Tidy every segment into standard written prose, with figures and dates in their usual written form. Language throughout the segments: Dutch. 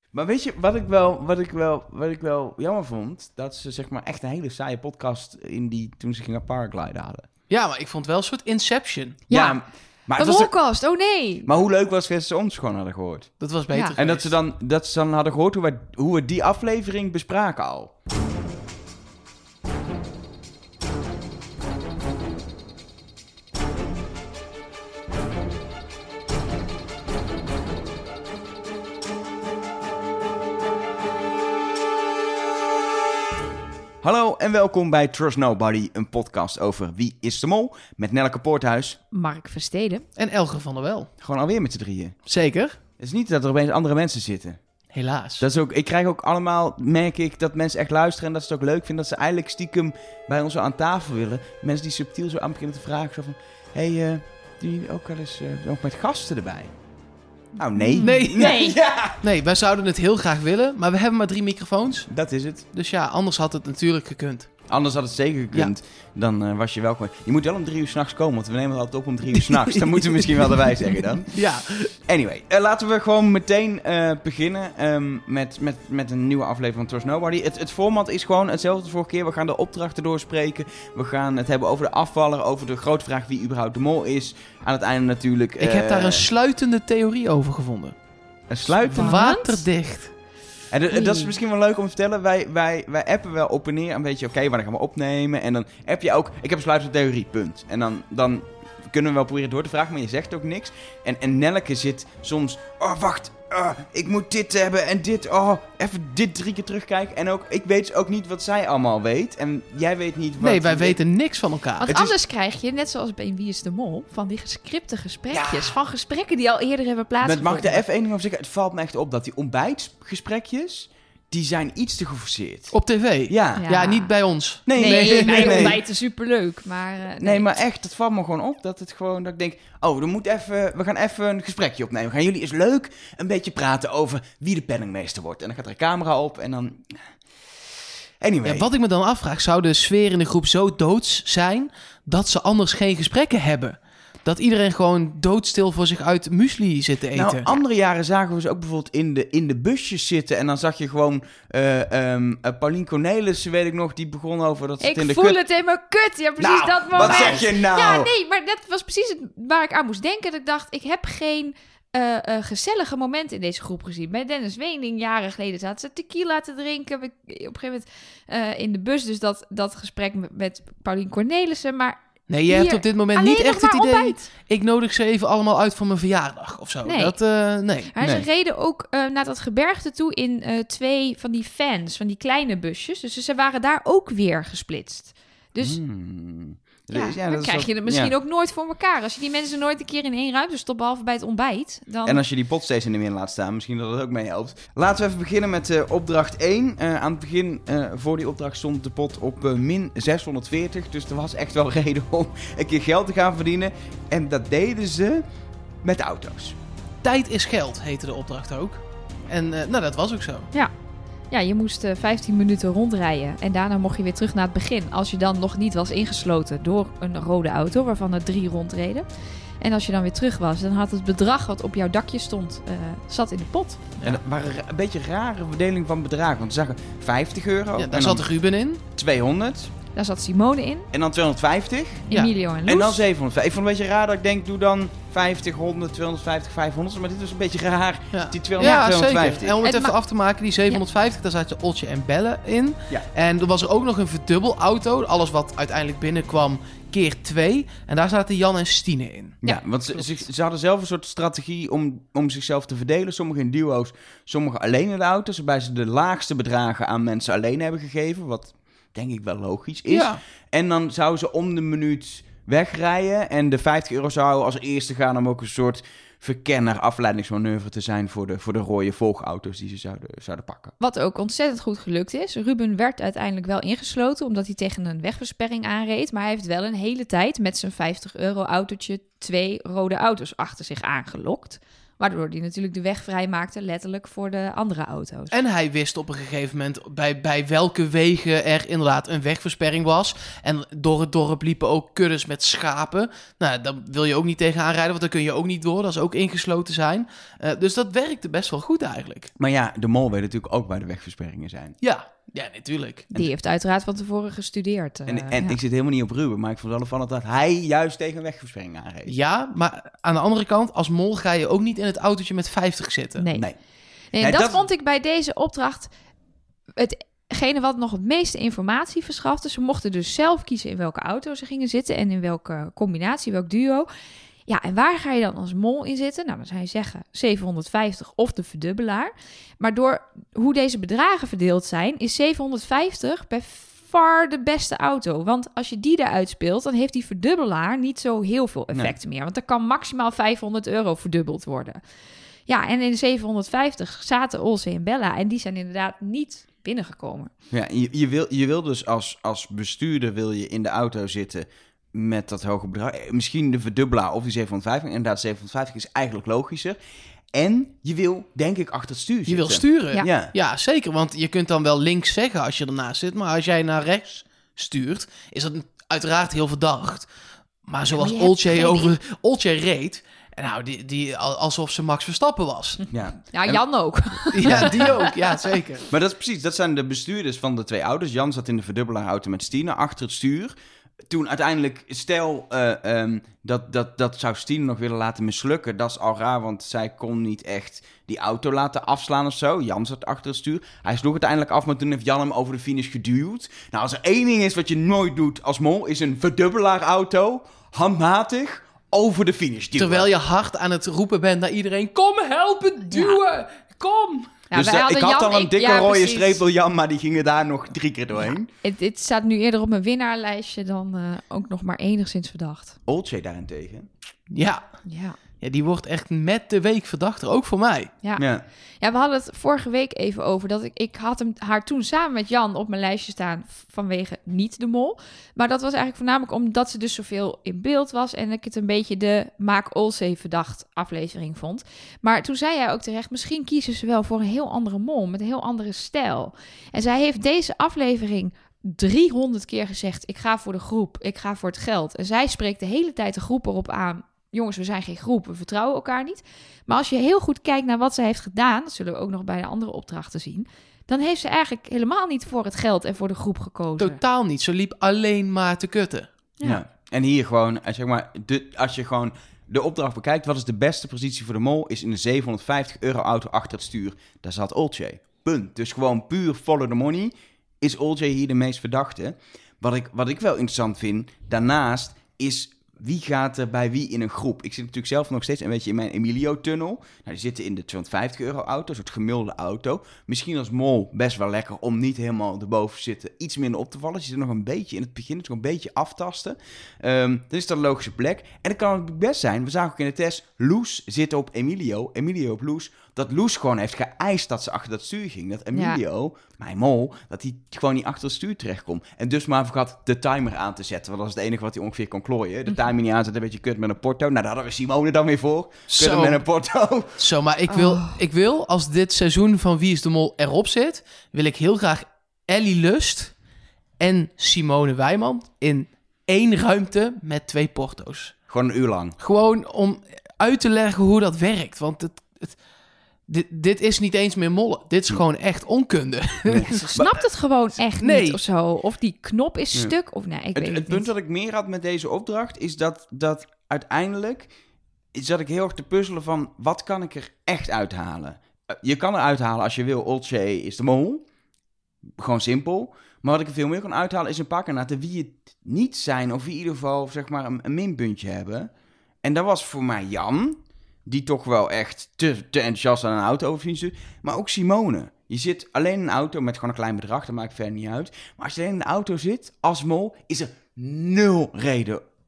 Maar weet je, wat ik wel jammer vond? Dat ze zeg maar echt een hele saaie podcast toen ze gingen paragliden hadden. Ja, maar ik vond wel een soort Inception. Ja. Maar Een wolkast, oh nee. Maar hoe leuk was het dat ze ons gewoon hadden gehoord? Dat was beter Ja. geweest. En dat ze dan hadden gehoord hoe we die aflevering bespraken al. Hallo en welkom bij Trust Nobody, een podcast over Wie is de Mol met Nelleke Poorthuis. Mark Versteden. En Elger van der Wel. Gewoon alweer met z'n drieën. Zeker. Het is niet dat er opeens andere mensen zitten. Helaas. Dat is ook, ik krijg ook allemaal, merk ik, dat mensen echt luisteren en dat ze het ook leuk vinden. Dat ze eigenlijk stiekem bij ons zo aan tafel willen. Mensen die subtiel zo aan beginnen te vragen. Zo van, doen jullie ook wel eens ook met gasten erbij? Nou, nee. Nee. Ja, Nee, wij zouden het heel graag willen, maar we hebben maar 3 microfoons. dat is het. Dus ja, anders had het natuurlijk gekund. Anders had het zeker gekund. Dan was je welkom. Je moet wel om 3 uur 's nachts komen, want we nemen het altijd op om 3 uur 's nachts. Dan moeten we misschien wel erbij zeggen dan. Ja. Anyway, laten we gewoon meteen beginnen met een nieuwe aflevering van Trust Nobody. Het format is gewoon hetzelfde als vorige keer. We gaan de opdrachten doorspreken. We gaan het hebben over de afvaller, over de grote vraag wie überhaupt de mol is. Aan het einde natuurlijk... Ik heb daar een sluitende theorie over gevonden. een sluitend... Waterdicht. En dat is misschien wel leuk om te vertellen. Wij appen wel op en neer een beetje, oké, wanneer gaan we opnemen? En dan app je ook, ik heb een sluitende theorie, punt. En dan kunnen we wel proberen door te vragen, maar je zegt ook niks. En Nelleke zit soms, oh wacht, ik moet dit hebben en dit, even dit 3 keer terugkijken. En ook, ik weet ook niet wat zij allemaal weet. En jij weet niet wat... Nee, wij weten niks van elkaar. Want Het is- anders krijg je, net zoals bij Wie is de Mol, van die gescripte gesprekjes. Ja. Van gesprekken die al eerder hebben Met plaatsgevonden. mag ik er even één ding over zeggen? Het valt me echt op dat die ontbijtgesprekjes, die zijn iets te geforceerd. Op tv? Ja. Ja, niet bij ons. Nee, wij ontbijten superleuk, maar... Nee, maar echt, het valt me gewoon op dat het gewoon, dat ik denk, we gaan even een gesprekje opnemen. Gaan jullie eens leuk een beetje praten over wie de penningmeester wordt. En dan gaat er een camera op en dan... Anyway. Ja, wat ik me dan afvraag, zou de sfeer in de groep zo doods zijn dat ze anders geen gesprekken hebben? Dat iedereen gewoon doodstil voor zich uit muesli zit te eten? Nou, andere jaren zagen we ze ook bijvoorbeeld in de busjes zitten. En dan zag je gewoon Paulien Cornelissen, weet ik nog, die begon over dat ze het in Ik de voel kut... het in mijn kut. Ja, precies Nou, dat moment. wat zeg je nou? Ja, nee, maar dat was precies waar ik aan moest denken. Dat ik dacht, ik heb geen gezellige momenten in deze groep gezien. Bij Dennis Wening, jaren geleden, zaten ze tequila te drinken. Op een gegeven moment in de bus, dus dat gesprek met Paulien Cornelissen. Maar Nee, je hebt op dit moment alleen niet echt nog het maar idee... ontbijt. Ik nodig ze even allemaal uit voor mijn verjaardag of zo. Nee. Nee. Maar Nee. ze reden ook naar dat gebergte toe in 2 van die vans, van die kleine busjes. Dus ze waren daar ook weer gesplitst. Dus ja, Dus dan dat is krijg je wel- het misschien ja. ook nooit voor elkaar. Als je die mensen nooit een keer in één ruimte stopt, behalve bij het ontbijt, dan... En als je die pot steeds in de min laat staan, misschien dat het ook mee helpt. Laten we even beginnen met opdracht 1. Aan het begin, voor die opdracht, stond de pot op min 640. Dus er was echt wel reden om een keer geld te gaan verdienen. En dat deden ze met auto's. Tijd is geld, heette de opdracht ook. En dat was ook zo. Ja, je moest 15 minuten rondrijden en daarna mocht je weer terug naar het begin. Als je dan nog niet was ingesloten door een rode auto, waarvan er 3 rondreden. En als je dan weer terug was, dan had het bedrag wat op jouw dakje stond, zat in de pot. En dat waren een beetje rare verdeling van bedragen. Want we zagen 50 euro, Ja, en daar dan zat Ruben in. 200 Daar zat Simone in, en dan 250 Ja. Emilio en Loes. en dan 700. Ik vond het een beetje raar dat ik denk, doe dan 50, 100, 250, 500. Maar dit was een beetje raar. Ja, Die 200, ja 250. zeker. En om het Het even af te maken, die 750, daar zaten Otje en Belle in. Ja. En er was er ook nog een verdubbelauto. Alles wat uiteindelijk binnenkwam, keer 2. En daar zaten Jan en Stine in. Ja, want ze hadden zelf een soort strategie om zichzelf te verdelen. Sommigen in duo's, sommigen alleen in de auto's. Waarbij ze de laagste bedragen aan mensen alleen hebben gegeven. Wat denk ik wel logisch is. Ja. En dan zouden ze om de minuut wegrijden. En de 50 euro zou als eerste gaan om ook een soort verkenner afleidingsmanoeuvre te zijn voor de rode volgauto's die ze zouden pakken. Wat ook ontzettend goed gelukt is. Ruben werd uiteindelijk wel ingesloten, omdat hij tegen een wegversperring aanreed. Maar hij heeft wel een hele tijd met zijn 50 euro autootje 2 rode auto's achter zich aangelokt. Waardoor hij natuurlijk de weg vrijmaakte, letterlijk voor de andere auto's. En hij wist op een gegeven moment bij welke wegen er inderdaad een wegversperring was. En door het dorp liepen ook kuddes met schapen. Nou, daar wil je ook niet tegenaan rijden, want dan kun je ook niet door. Dat is ook ingesloten zijn. Dus dat werkte best wel goed eigenlijk. Maar ja, de mol weet natuurlijk ook waar de wegversperringen zijn. Ja, natuurlijk. Die heeft uiteraard van tevoren gestudeerd. En ja. ik zit helemaal niet op Ruben, maar ik vond wel opvallend dat hij juist tegen een wegversperring aanreed. Ja, maar aan de andere kant, als mol ga je ook niet in het autootje met 50 zitten. Nee. Nee. En dat vond ik bij deze opdracht hetgene wat nog het meeste informatie verschafte. Ze mochten dus zelf kiezen in welke auto ze gingen zitten en in welke combinatie, welk duo. Ja, en waar ga je dan als mol in zitten? Nou, dan zou je zeggen 750 of de verdubbelaar. Maar door hoe deze bedragen verdeeld zijn, is 750 bij far de beste auto. Want als je die eruit speelt, dan heeft die verdubbelaar niet zo heel veel effecten meer. Want er kan maximaal €500 verdubbeld worden. Ja, en in de 750 zaten Olse en Bella en die zijn inderdaad niet binnengekomen. Ja, je wil dus als bestuurder wil je in de auto zitten met dat hoge bedrag. Misschien de verdubbelaar of die 750. Inderdaad, 750 is eigenlijk logischer. En je wil, denk ik, achter het stuur zitten. Je wil sturen. Ja. Ja, zeker. Want je kunt dan wel links zeggen als je ernaast zit. Maar als jij naar rechts stuurt, is dat uiteraard heel verdacht. Maar zoals maar je hebt Olcay reed, nou, die alsof ze Max Verstappen was. Ja. Ja, Jan ook. Ja, die ook. Ja, zeker. Maar dat is precies, dat zijn de bestuurders van de twee auto's. Jan zat in de verdubbelaarauto met Stine achter het stuur. Toen uiteindelijk, stel dat zou Stine nog willen laten mislukken. Dat is al raar, want zij kon niet echt die auto laten afslaan of zo. Jan zat achter het stuur. Hij sloeg uiteindelijk af, maar toen heeft Jan hem over de finish geduwd. Nou, als er één ding is wat je nooit doet als mol, is een verdubbelaarauto handmatig over de finish duwen. Terwijl je hard aan het roepen bent naar iedereen. Kom helpen, duwen! Kom! Ja, Dus wij ik hadden had Jan- al een dikke rode precies. streep door Jan, maar die gingen daar nog 3 keer doorheen. Het staat nu eerder op mijn winnaarlijstje dan ook nog maar enigszins verdacht. Olcay daarentegen. Ja. Ja. Ja, die wordt echt met de week verdachter, ook voor mij. Ja, we hadden het vorige week even over dat ik had haar toen samen met Jan op mijn lijstje staan vanwege niet de mol. Maar dat was eigenlijk voornamelijk omdat ze dus zoveel in beeld was en ik het een beetje de Maak Olcay verdacht aflevering vond. Maar toen zei jij ook terecht, misschien kiezen ze wel voor een heel andere mol met een heel andere stijl. En zij heeft deze aflevering 300 keer gezegd, ik ga voor de groep, ik ga voor het geld. En zij spreekt de hele tijd de groep erop aan. Jongens, we zijn geen groep, we vertrouwen elkaar niet. Maar als je heel goed kijkt naar wat ze heeft gedaan, dat zullen we ook nog bij de andere opdrachten zien, dan heeft ze eigenlijk helemaal niet voor het geld en voor de groep gekozen. Totaal niet. Ze liep alleen maar te kutten. Ja. En hier gewoon, zeg maar, als je gewoon de opdracht bekijkt, wat is de beste positie voor de mol, is in de €750 auto achter het stuur. Daar zat Olcay. Punt. Dus gewoon puur follow the money is Olcay hier de meest verdachte. Wat ik wel interessant vind, daarnaast, is wie gaat er bij wie in een groep? Ik zit natuurlijk zelf nog steeds een beetje in mijn Emilio-tunnel. Nou, die zitten in de €250 auto, een soort gemulde auto. Misschien als mol best wel lekker om niet helemaal erboven te zitten, iets minder op te vallen. Dus je zit nog een beetje in het begin, het is nog een beetje aftasten. Dan is dat een logische plek. En dan kan het best zijn, we zagen ook in de test, Loes zit op Emilio op Loes. Dat Loes gewoon heeft geëist dat ze achter dat stuur ging. Dat Emilio, mijn mol, dat hij gewoon niet achter het stuur terechtkomt. En dus maar vergat de timer aan te zetten. Want dat is het enige wat hij ongeveer kon klooien. De timer niet aanzetten, een beetje kut met een porto. Nou, daar hadden we Simone dan weer voor. Kut met een porto. Zo, maar ik wil, als dit seizoen van Wie is de Mol erop zit, wil ik heel graag Ellie Lust en Simone Wijman in 1 ruimte met 2 porto's. Gewoon een uur lang. Gewoon om uit te leggen hoe dat werkt. Want dit is niet eens meer mollen. Dit is gewoon echt onkunde. Ze snapt het gewoon echt Nee. niet of zo. Of die knop is stuk of nee, ik weet Het punt niet. dat ik meer had met deze opdracht is dat uiteindelijk zat ik heel erg te puzzelen van wat kan ik er echt uithalen. Je kan er uithalen als je wil, Olcay is de mol. Gewoon simpel. Maar wat ik er veel meer kan uithalen is een paar kandidaten wie het niet zijn of wie in ieder geval zeg maar een minpuntje hebben. En dat was voor mij Jan, die toch wel echt te enthousiast aan een auto overfietsen. Maar ook Simone. Je zit alleen in een auto met gewoon een klein bedrag, dat maakt verder niet uit. Maar als je alleen in de auto zit, als mol, is er 0 reden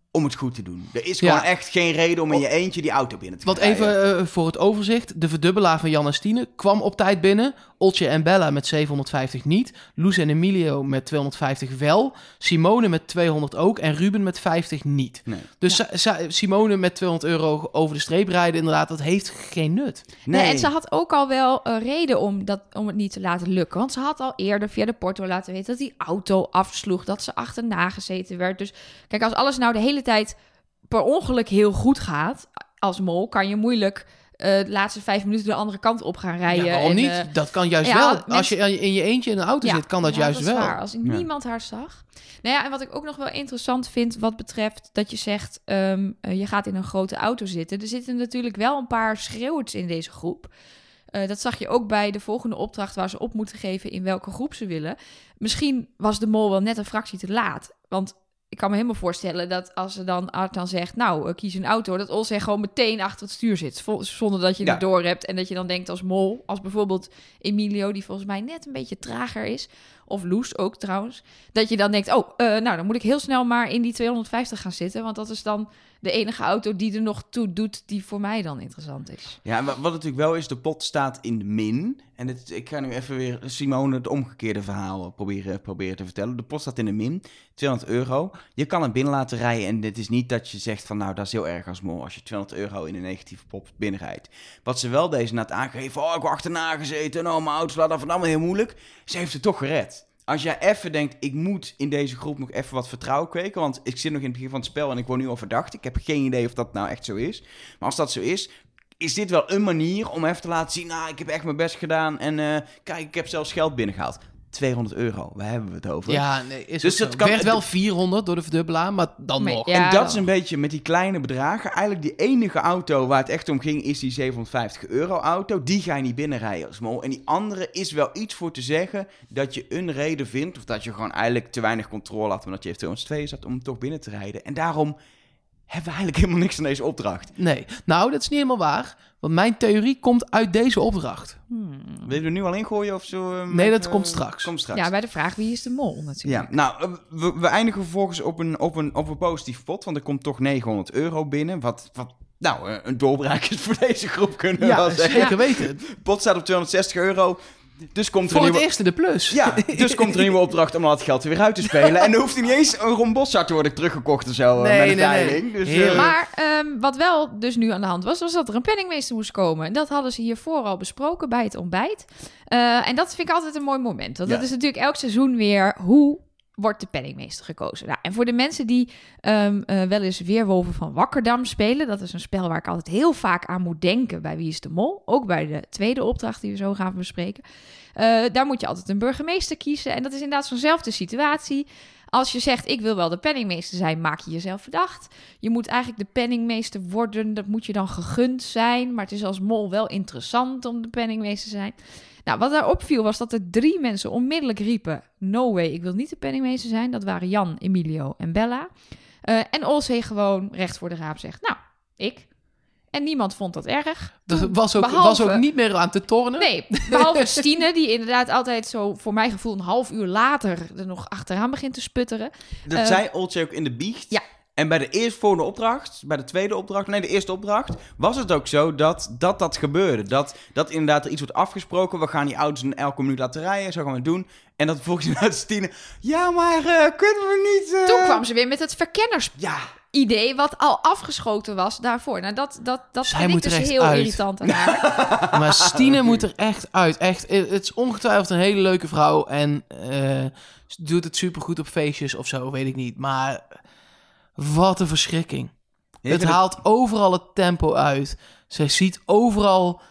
om het goed te doen. Er is gewoon echt geen reden om in je eentje die auto binnen te gaan Want even voor het overzicht. De verdubbelaar van Jan en Stine kwam op tijd binnen. Oltje en Bella met 750 niet. Loes en Emilio met 250 wel. Simone met 200 ook. En Ruben met 50 niet. Nee. Dus Simone met €200 over de streep rijden, inderdaad, dat heeft geen nut. Nee, en ze had ook al wel een reden om het niet te laten lukken. Want ze had al eerder via de porto laten weten dat die auto afsloeg. Dat ze achterna gezeten werd. Dus kijk, als alles nou de hele tijd per ongeluk heel goed gaat als mol, kan je moeilijk de laatste 5 minuten de andere kant op gaan rijden. Ja, waarom niet? Dat kan juist wel. Als je in je eentje in een auto zit, kan dat juist wel. Dat is waar, als niemand haar zag. Nou ja, en wat ik ook nog wel interessant vind wat betreft dat je zegt, je gaat in een grote auto zitten. Er zitten natuurlijk wel een paar schreeuwers in deze groep. Dat zag je ook bij de volgende opdracht waar ze op moeten geven in welke groep ze willen. Misschien was de mol wel net een fractie te laat. Want ik kan me helemaal voorstellen dat als ze dan Art dan zegt, nou, kies een auto, dat Olsen gewoon meteen achter het stuur zit. Zonder dat je het door hebt. En dat je dan denkt als mol, als bijvoorbeeld Emilio, die volgens mij net een beetje trager is. Of Loes ook trouwens. Dat je dan denkt, nou, dan moet ik heel snel maar in die 250 gaan zitten. Want dat is dan de enige auto die er nog toe doet, die voor mij dan interessant is. Ja, wat natuurlijk wel is, de pot staat in de min. En ik ga nu even weer Simone het omgekeerde verhaal proberen te vertellen. De pot staat in de min, €200. Je kan het binnen laten rijden en het is niet dat je zegt van, nou, dat is heel erg als mol als je €200 in een negatieve pot binnenrijdt. Wat ze wel deze net aangegeven, ik word achterna gezeten, mijn auto slaat af en allemaal heel moeilijk. Ze heeft het toch gered. Als jij even denkt, ik moet in deze groep nog even wat vertrouwen kweken, want ik zit nog in het begin van het spel en ik word nu al verdacht. Ik heb geen idee of dat nou echt zo is. Maar als dat zo is dit wel een manier om even te laten zien, ik heb echt mijn best gedaan en kijk, ik heb zelfs geld binnengehaald. €200, waar hebben we het over? Ja, nee, is dus het werd wel 400 door de verdubbelaar, maar dan nog. Ja, en dat is een beetje met die kleine bedragen. Eigenlijk die enige auto waar het echt om ging, is die €750 auto. Die ga je niet binnenrijden als mol. En die andere is wel iets voor te zeggen dat je een reden vindt, of dat je gewoon eigenlijk te weinig controle had, omdat je heeft 202 zat, om toch binnen te rijden. En daarom hebben we eigenlijk helemaal niks aan deze opdracht. Nee, nou, dat is niet helemaal waar. Want mijn theorie komt uit deze opdracht. Wil je er nu al ingooien of zo? Nee, dat komt straks. Ja, bij de vraag wie is de mol natuurlijk. Ja, nou, we eindigen vervolgens op een positief pot, want er komt toch €900 binnen. Wat een doorbraak is voor deze groep, kunnen we wel zeggen. Zeker weten. Het pot staat op €260. Dus komt er voor het eerste de plus. Ja, dus komt er een nieuwe opdracht om al het geld er weer uit te spelen. En dan hoeft hij niet eens een Rombosza te worden teruggekocht of zo. Met een veiling. Nee. Dus, maar wat wel dus nu aan de hand was dat er een penningmeester moest komen. En dat hadden ze hiervoor al besproken bij het ontbijt. En dat vind ik altijd een mooi moment. Want dat is natuurlijk elk seizoen weer, hoe wordt de penningmeester gekozen? Nou, en voor de mensen die wel eens Weerwolven van Wakkerdam spelen, dat is een spel waar ik altijd heel vaak aan moet denken bij Wie is de Mol. Ook bij de tweede opdracht die we zo gaan bespreken. Daar moet je altijd een burgemeester kiezen. En dat is inderdaad zo'nzelfde situatie. Als je zegt, ik wil wel de penningmeester zijn, maak je jezelf verdacht. Je moet eigenlijk de penningmeester worden. Dat moet je dan gegund zijn. Maar het is als mol wel interessant om de penningmeester te zijn. Nou, wat daar opviel was dat er 3 mensen onmiddellijk riepen, no way, ik wil niet de penningmeester zijn. Dat waren Jan, Emilio en Bella. En Olsee gewoon recht voor de raap zegt, nou, ik. En niemand vond dat erg. Dat was ook niet meer aan te tornen. Nee, behalve Stine, die inderdaad altijd zo, voor mijn gevoel, een half uur later er nog achteraan begint te sputteren. Dat zei Olsee ook in de biecht. Ja. En bij de eerstvolgende opdracht, de eerste opdracht, was het ook zo dat gebeurde. Dat inderdaad er iets wordt afgesproken. We gaan die auto's in elke minuut laten rijden, zo gaan we het doen. En dat volgens inderdaad Stine, ja, maar kunnen we niet... Toen kwam ze weer met het verkenners-idee, wat al afgeschoten was daarvoor. Nou, dat vind ik dus heel irritant aan haar. Maar Stine moet er echt uit. Echt, het is ongetwijfeld een hele leuke vrouw. En ze doet het supergoed op feestjes of zo, weet ik niet. Maar wat een verschrikking. Het haalt overal het tempo uit. Zij ziet overal...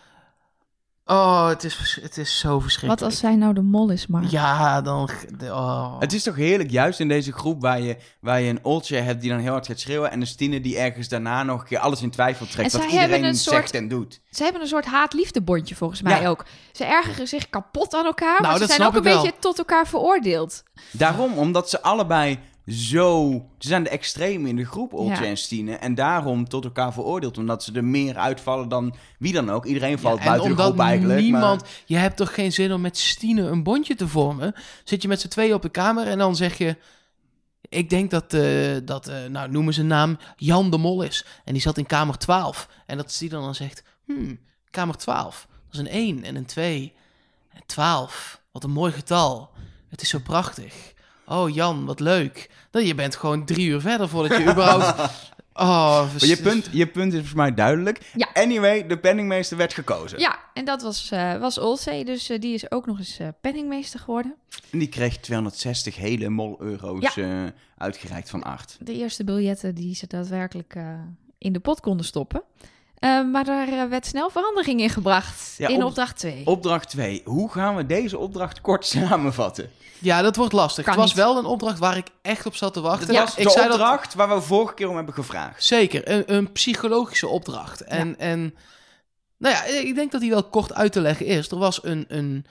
Oh, het is zo verschrikkelijk. Wat als zij nou de mol is, maar... Ja, dan... Het is toch heerlijk, juist in deze groep waar je een Oltje hebt die dan heel hard gaat schreeuwen en een Stine die ergens daarna nog een keer alles in twijfel trekt. Wat iedereen zegt en doet. Ze hebben een soort haat-liefdebondje volgens mij ook. Ze ergeren zich kapot aan elkaar, maar ze zijn ook een beetje tot elkaar veroordeeld. Daarom, omdat ze allebei ze zijn de extremen in de groep, Oltje en Stine. En daarom tot elkaar veroordeeld. Omdat ze er meer uitvallen dan wie dan ook. Iedereen valt buiten de groep eigenlijk. Je hebt toch geen zin om met Stine een bondje te vormen? Zit je met z'n tweeën op de kamer en dan zeg je... Ik denk dat noemen ze een naam, Jan de Mol is. En die zat in kamer 12. En dat die dan zegt, kamer 12, dat is een 1 en een 2. En 12, wat een mooi getal. Het is zo prachtig. Oh Jan, wat leuk. Je bent gewoon 3 uur verder voordat je überhaupt... Maar je punt is voor mij duidelijk. Ja. Anyway, de penningmeester werd gekozen. Ja, en dat was Olsey, dus die is ook nog eens penningmeester geworden. En die kreeg 260 hele mol-euro's uitgereikt van Art. De eerste biljetten die ze daadwerkelijk in de pot konden stoppen. Maar daar werd snel verandering in gebracht in opdracht 2. Opdracht 2. Hoe gaan we deze opdracht kort samenvatten? Ja, dat wordt lastig. Kan het was niet. wel een opdracht waar ik echt op zat te wachten. Dat was de opdracht waar we vorige keer om hebben gevraagd. Zeker, een psychologische opdracht. En nou ja, ik denk dat die wel kort uit te leggen is. Er was een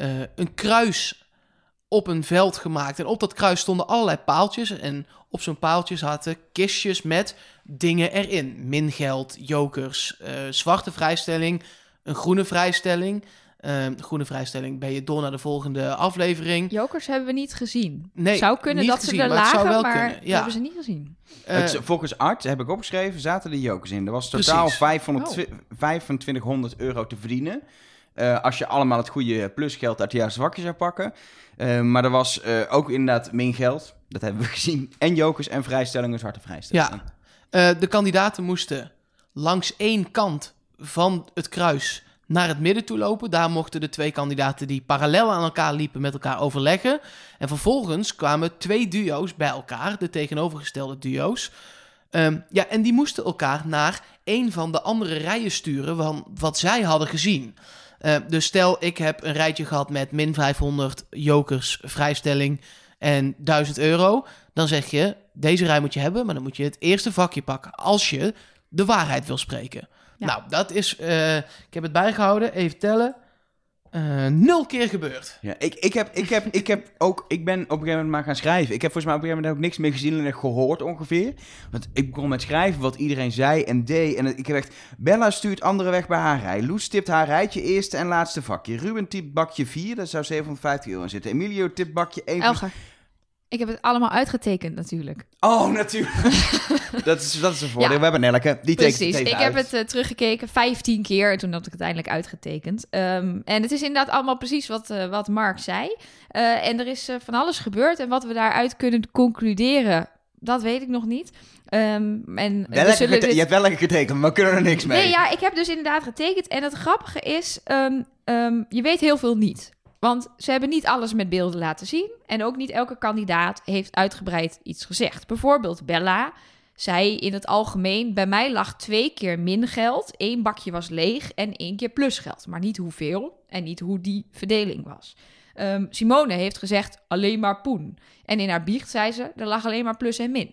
kruis op een veld gemaakt. En op dat kruis stonden allerlei paaltjes. En op zo'n paaltje zaten kistjes met dingen erin. Mingeld, jokers, zwarte vrijstelling, een groene vrijstelling. Groene vrijstelling ben je door naar de volgende aflevering. Jokers hebben we niet gezien. Nee, zou kunnen niet dat gezien, ze er maar het zou lagen, wel maar kunnen, ja. we hebben ze niet gezien. Volgens Art, heb ik opgeschreven, zaten de jokers in. Er was totaal Precies. 2500 euro te verdienen. Als je allemaal het goede plusgeld uit de juiste vakje zou pakken. Maar er was ook inderdaad mingeld. Dat hebben we gezien. En jokers en vrijstellingen, zwarte vrijstellingen. Ja, de kandidaten moesten langs één kant van het kruis naar het midden toe lopen. Daar mochten de 2 kandidaten die parallel aan elkaar liepen met elkaar overleggen. En vervolgens kwamen 2 duo's bij elkaar, de tegenovergestelde duo's. En die moesten elkaar naar een van de andere rijen sturen van wat zij hadden gezien. Dus stel, ik heb een rijtje gehad met min 500 jokers, vrijstelling en 1000 euro. Dan zeg je, deze rij moet je hebben, maar dan moet je het eerste vakje pakken als je de waarheid wil spreken. Ja. Nou, dat is, ik heb het bijgehouden, even tellen, 0 keer gebeurd. Ja, ik ben op een gegeven moment maar gaan schrijven. Ik heb volgens mij op een gegeven moment ook niks meer gezien en gehoord ongeveer. Want ik begon met schrijven wat iedereen zei en deed. En ik heb echt, Bella stuurt andere weg bij haar rij. Loes tipt haar rijtje eerste en laatste vakje. Ruben tipt bakje 4, daar zou 750 euro in zitten. Emilio tipt bakje 1. Elger, ik heb het allemaal uitgetekend natuurlijk. Oh, natuurlijk. dat is een voordeel. Ja. We hebben Nelleke, die tekent Precies, het even ik heb uit. het teruggekeken 15 keer en toen had ik het eindelijk uitgetekend. En het is inderdaad allemaal precies wat Mark zei. En er is van alles gebeurd en wat we daaruit kunnen concluderen, dat weet ik nog niet. Je hebt wel lekker getekend, maar we kunnen er niks mee. Nee, ja, ik heb dus inderdaad getekend. En het grappige is, je weet heel veel niet. Want ze hebben niet alles met beelden laten zien. En ook niet elke kandidaat heeft uitgebreid iets gezegd. Bijvoorbeeld Bella zei in het algemeen, bij mij lag 2 keer min geld. 1 bakje was leeg en 1 keer plusgeld. Maar niet hoeveel en niet hoe die verdeling was. Simone heeft gezegd alleen maar poen. En in haar biecht zei ze, er lag alleen maar plus en min.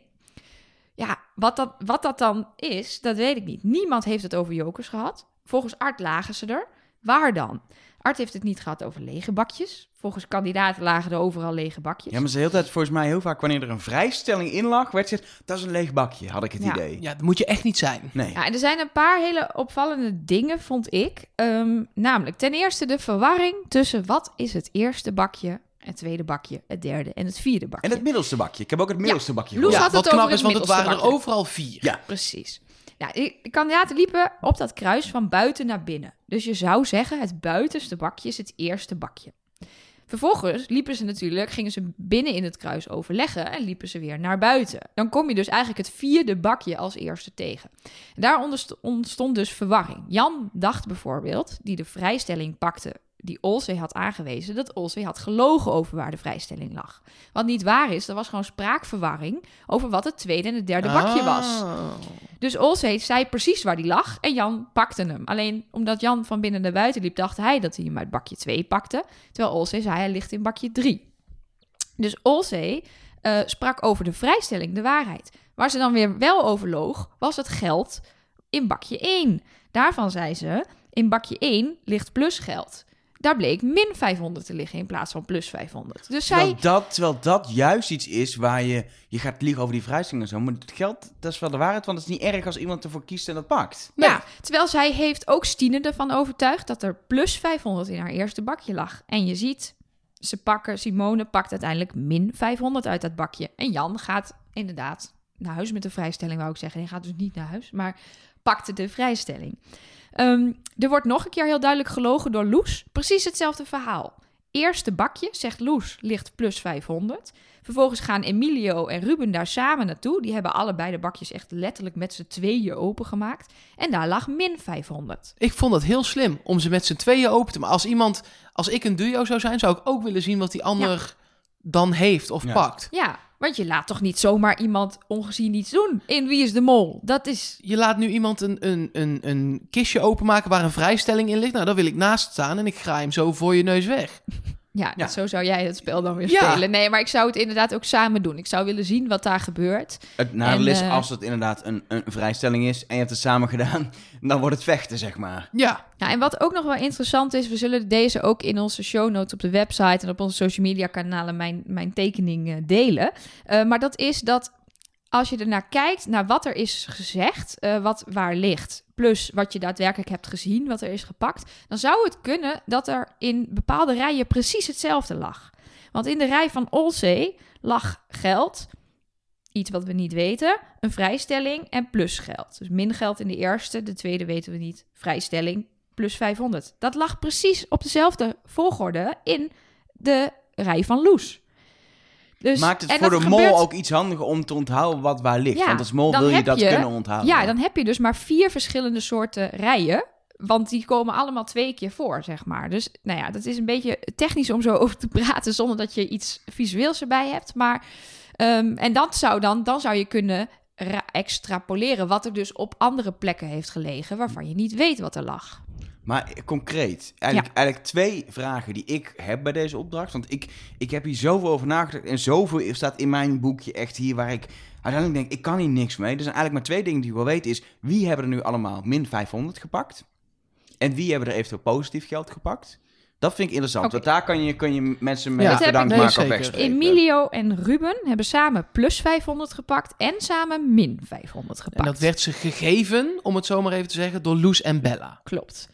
Ja, wat dat dan is, dat weet ik niet. Niemand heeft het over jokers gehad. Volgens Art lagen ze er. Waar dan? Art heeft het niet gehad over lege bakjes. Volgens kandidaten lagen er overal lege bakjes. Ja, maar ze de hele tijd, volgens mij heel vaak, wanneer er een vrijstelling in lag, werd gezegd, dat is een leeg bakje, had ik het idee. Ja, dat moet je echt niet zijn. Nee. Ja, en er zijn een paar hele opvallende dingen, vond ik. Namelijk, ten eerste de verwarring tussen wat is het eerste bakje, het tweede bakje, het derde en het vierde bakje. En het middelste bakje. Ik heb ook het middelste bakje Loes gehoord. had het wat knap over is, het want het waren er middelste overal 4. Ja. Precies. Ja, de kandidaten liepen op dat kruis van buiten naar binnen. Dus je zou zeggen, het buitenste bakje is het eerste bakje. Vervolgens gingen ze binnen in het kruis overleggen en liepen ze weer naar buiten. Dan kom je dus eigenlijk het 4e bakje als eerste tegen. En daar ontstond dus verwarring. Jan dacht bijvoorbeeld, die de vrijstelling pakte, die Olsey had aangewezen, dat Olsey had gelogen over waar de vrijstelling lag. Wat niet waar is, er was gewoon spraakverwarring over wat het tweede en het derde bakje was. Dus Olsey zei precies waar die lag en Jan pakte hem. Alleen omdat Jan van binnen naar buiten liep, dacht hij dat hij hem uit bakje 2 pakte. Terwijl Olsey zei hij ligt in bakje 3. Dus Olsey sprak over de vrijstelling, de waarheid. Waar ze dan weer wel over loog, was het geld in bakje 1. Daarvan zei ze, in bakje 1 ligt plusgeld. Daar bleek min 500 te liggen in plaats van plus 500. Dus Terwijl dat juist iets is waar je gaat liegen over die vrijstelling en zo. Maar het geld, dat is wel de waarheid, want het is niet erg als iemand ervoor kiest en dat pakt. Nee. Ja, terwijl zij heeft ook Stine ervan overtuigd dat er plus 500 in haar eerste bakje lag. En je ziet, Simone pakt uiteindelijk min 500 uit dat bakje. En Jan gaat inderdaad naar huis met de vrijstelling, wou ik zeggen. Hij gaat dus niet naar huis, maar pakte de vrijstelling. Er wordt nog een keer heel duidelijk gelogen door Loes. Precies hetzelfde verhaal. Eerste bakje, zegt Loes, ligt plus 500. Vervolgens gaan Emilio en Ruben daar samen naartoe. Die hebben allebei de bakjes echt letterlijk met z'n tweeën opengemaakt. En daar lag min 500. Ik vond dat heel slim om ze met z'n tweeën open te maken. Als ik een duo zou zijn, zou ik ook willen zien wat die ander dan heeft of pakt. Ja, want je laat toch niet zomaar iemand ongezien iets doen in Wie is de Mol? Dat is... Je laat nu iemand een kistje openmaken waar een vrijstelling in ligt. Nou, daar wil ik naast staan en ik graai hem zo voor je neus weg. Ja, zo zou jij het spel dan weer spelen. Nee, maar ik zou het inderdaad ook samen doen. Ik zou willen zien wat daar gebeurt. Het nadeel is, als het inderdaad een vrijstelling is en je hebt het samen gedaan, dan wordt het vechten, zeg maar. Ja. Nou, en wat ook nog wel interessant is, we zullen deze ook in onze show notes op de website en op onze social media kanalen mijn tekening delen. Maar dat is dat als je ernaar kijkt, naar wat er is gezegd, wat waar ligt, plus wat je daadwerkelijk hebt gezien, wat er is gepakt, dan zou het kunnen dat er in bepaalde rijen precies hetzelfde lag. Want in de rij van Olzee lag geld, iets wat we niet weten, een vrijstelling en plus geld. Dus min geld in de eerste, de tweede weten we niet, vrijstelling plus 500. Dat lag precies op dezelfde volgorde in de rij van Loes. Dus, maakt het voor de mol ook iets handiger om te onthouden wat waar ligt. Want als mol wil je dat kunnen onthouden. Ja, dan heb je dus maar 4 verschillende soorten rijen. Want die komen allemaal 2 keer voor, zeg maar. Dus nou ja, dat is een beetje technisch om zo over te praten zonder dat je iets visueels erbij hebt. Maar, en dat dan zou je kunnen extrapoleren wat er dus op andere plekken heeft gelegen waarvan je niet weet wat er lag. Maar concreet, eigenlijk 2 vragen die ik heb bij deze opdracht. Want ik heb hier zoveel over nagedacht en zoveel staat in mijn boekje echt hier waar ik uiteindelijk denk, ik kan hier niks mee. Er zijn eigenlijk maar 2 dingen die ik wil weten is, wie hebben er nu allemaal min 500 gepakt? En wie hebben er eventueel positief geld gepakt? Dat vind ik interessant, want daar kan je mensen met bedankt maken of wegspreken. Emilio en Ruben hebben samen plus 500 gepakt en samen min 500 gepakt. En dat werd ze gegeven, om het zo maar even te zeggen, door Loes en Bella. Klopt.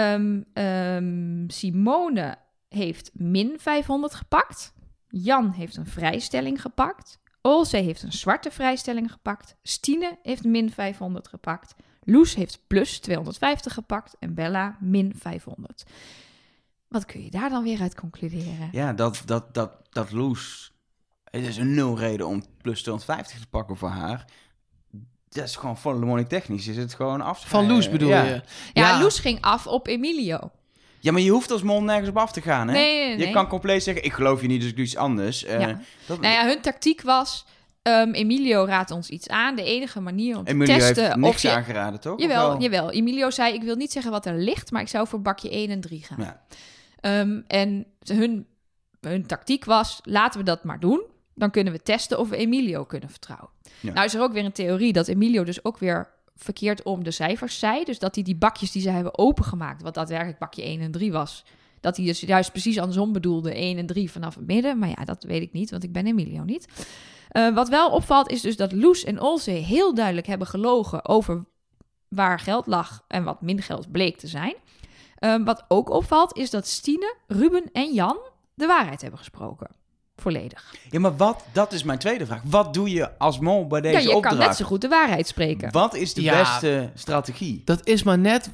Simone heeft min 500 gepakt. Jan heeft een vrijstelling gepakt. Olzee heeft een zwarte vrijstelling gepakt. Stine heeft min 500 gepakt. Loes heeft plus 250 gepakt. En Bella min 500. Wat kun je daar dan weer uit concluderen? Ja, dat Loes... Het is een 0 reden om plus 250 te pakken voor haar. Dat is gewoon volle money technisch. Is het gewoon af. Van Loes bedoel je? Ja, Loes ging af op Emilio. Ja, maar je hoeft als mol nergens op af te gaan, hè? Nee. Je kan compleet zeggen, ik geloof je niet, dus ik doe iets anders. Hun tactiek was... Emilio raadt ons iets aan. De enige manier om te Emilio testen... heeft niks aangeraden, toch? Jawel. Emilio zei, ik wil niet zeggen wat er ligt, maar ik zou voor bakje 1 en 3 gaan. Ja. En hun tactiek was, laten we dat maar doen. Dan kunnen we testen of we Emilio kunnen vertrouwen. Ja. Nou is er ook weer een theorie dat Emilio dus ook weer verkeerd om de cijfers zei. Dus dat hij die bakjes die ze hebben opengemaakt, wat daadwerkelijk bakje 1 en 3 was, dat hij dus juist precies andersom bedoelde, 1 en 3 vanaf het midden. Maar ja, dat weet ik niet, want ik ben Emilio niet. Wat wel opvalt is dus dat Loes en Olzee heel duidelijk hebben gelogen over waar geld lag en wat min geld bleek te zijn. Wat ook opvalt is dat Stine, Ruben en Jan de waarheid hebben gesproken. Volledig. Ja, maar dat is mijn tweede vraag. Wat doe je als mol bij deze opdracht? Ja, je kan net zo goed de waarheid spreken. Wat is de beste strategie? Dat is maar net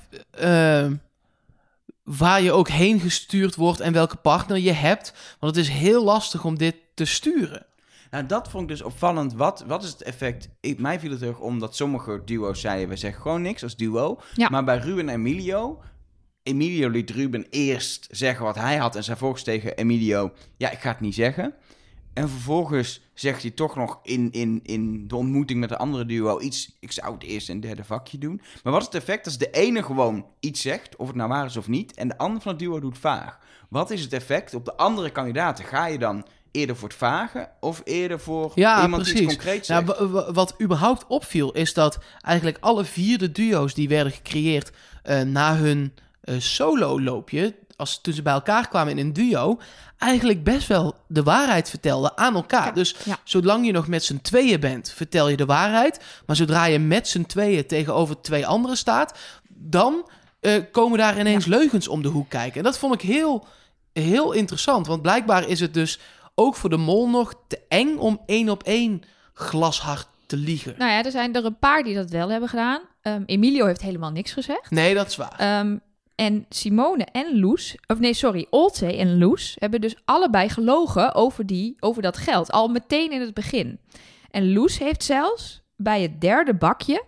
waar je ook heen gestuurd wordt en welke partner je hebt. Want het is heel lastig om dit te sturen. Nou, dat vond ik dus opvallend. Wat is het effect? Mij viel het terug omdat sommige duo's zeiden, we zeggen gewoon niks als duo. Ja. Maar bij Ruben en Emilio liet Ruben eerst zeggen wat hij had en zei volgens tegen Emilio, ja, ik ga het niet zeggen. En vervolgens zegt hij toch nog in de ontmoeting met de andere duo iets, ik zou het eerste en derde vakje doen. Maar wat is het effect als de ene gewoon iets zegt, of het nou waar is of niet, en de ander van het duo doet vaag? Wat is het effect op de andere kandidaten? Ga je dan eerder voor het vagen of eerder voor iemand precies. die iets concreets zegt? Nou, wat überhaupt opviel is dat eigenlijk alle 4 de duo's die werden gecreëerd na hun solo-loopje, toen ze bij elkaar kwamen in een duo, eigenlijk best wel de waarheid vertelden aan elkaar. Ja, dus zolang je nog met z'n tweeën bent, vertel je de waarheid. Maar zodra je met z'n tweeën tegenover 2 anderen staat, dan komen daar ineens leugens om de hoek kijken. En dat vond ik heel heel interessant. Want blijkbaar is het dus ook voor de mol nog te eng om 1-op-1 glashard te liegen. Nou ja, er zijn er een paar die dat wel hebben gedaan. Emilio heeft helemaal niks gezegd. Nee, dat is waar. En Simone en Loes, Olcay en Loes hebben dus allebei gelogen over dat geld. Al meteen in het begin. En Loes heeft zelfs bij het derde bakje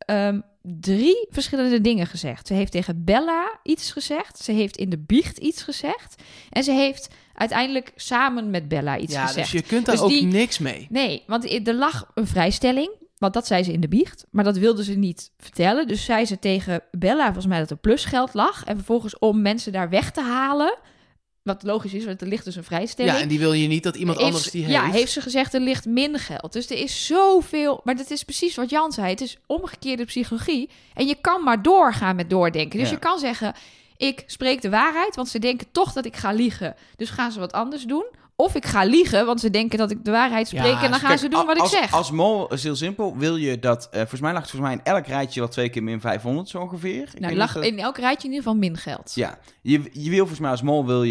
3 verschillende dingen gezegd. Ze heeft tegen Bella iets gezegd. Ze heeft in de biecht iets gezegd. En ze heeft uiteindelijk samen met Bella iets gezegd. Dus je kunt daar ook niks mee. Nee, want er lag een vrijstelling. Want dat zei ze in de biecht. Maar dat wilde ze niet vertellen. Dus zei ze tegen Bella volgens mij dat er plusgeld lag. En vervolgens om mensen daar weg te halen. Wat logisch is, want er ligt dus een vrijstelling. Ja, en die wil je niet dat iemand anders die heeft. Ja, heeft ze gezegd, er ligt minder geld. Dus er is zoveel... Maar dat is precies wat Jan zei. Het is omgekeerde psychologie. En je kan maar doorgaan met doordenken. Dus je kan zeggen, ik spreek de waarheid, want ze denken toch dat ik ga liegen. Dus gaan ze wat anders doen. Of ik ga liegen, want ze denken dat ik de waarheid spreek... en dan gaan ze doen wat ik zeg. Als mol is heel simpel. Wil je dat... volgens mij lag het in elk rijtje wel 2 keer min 500 zo ongeveer. In elk rijtje in ieder geval min geld. Ja, je wil volgens mij als mol wil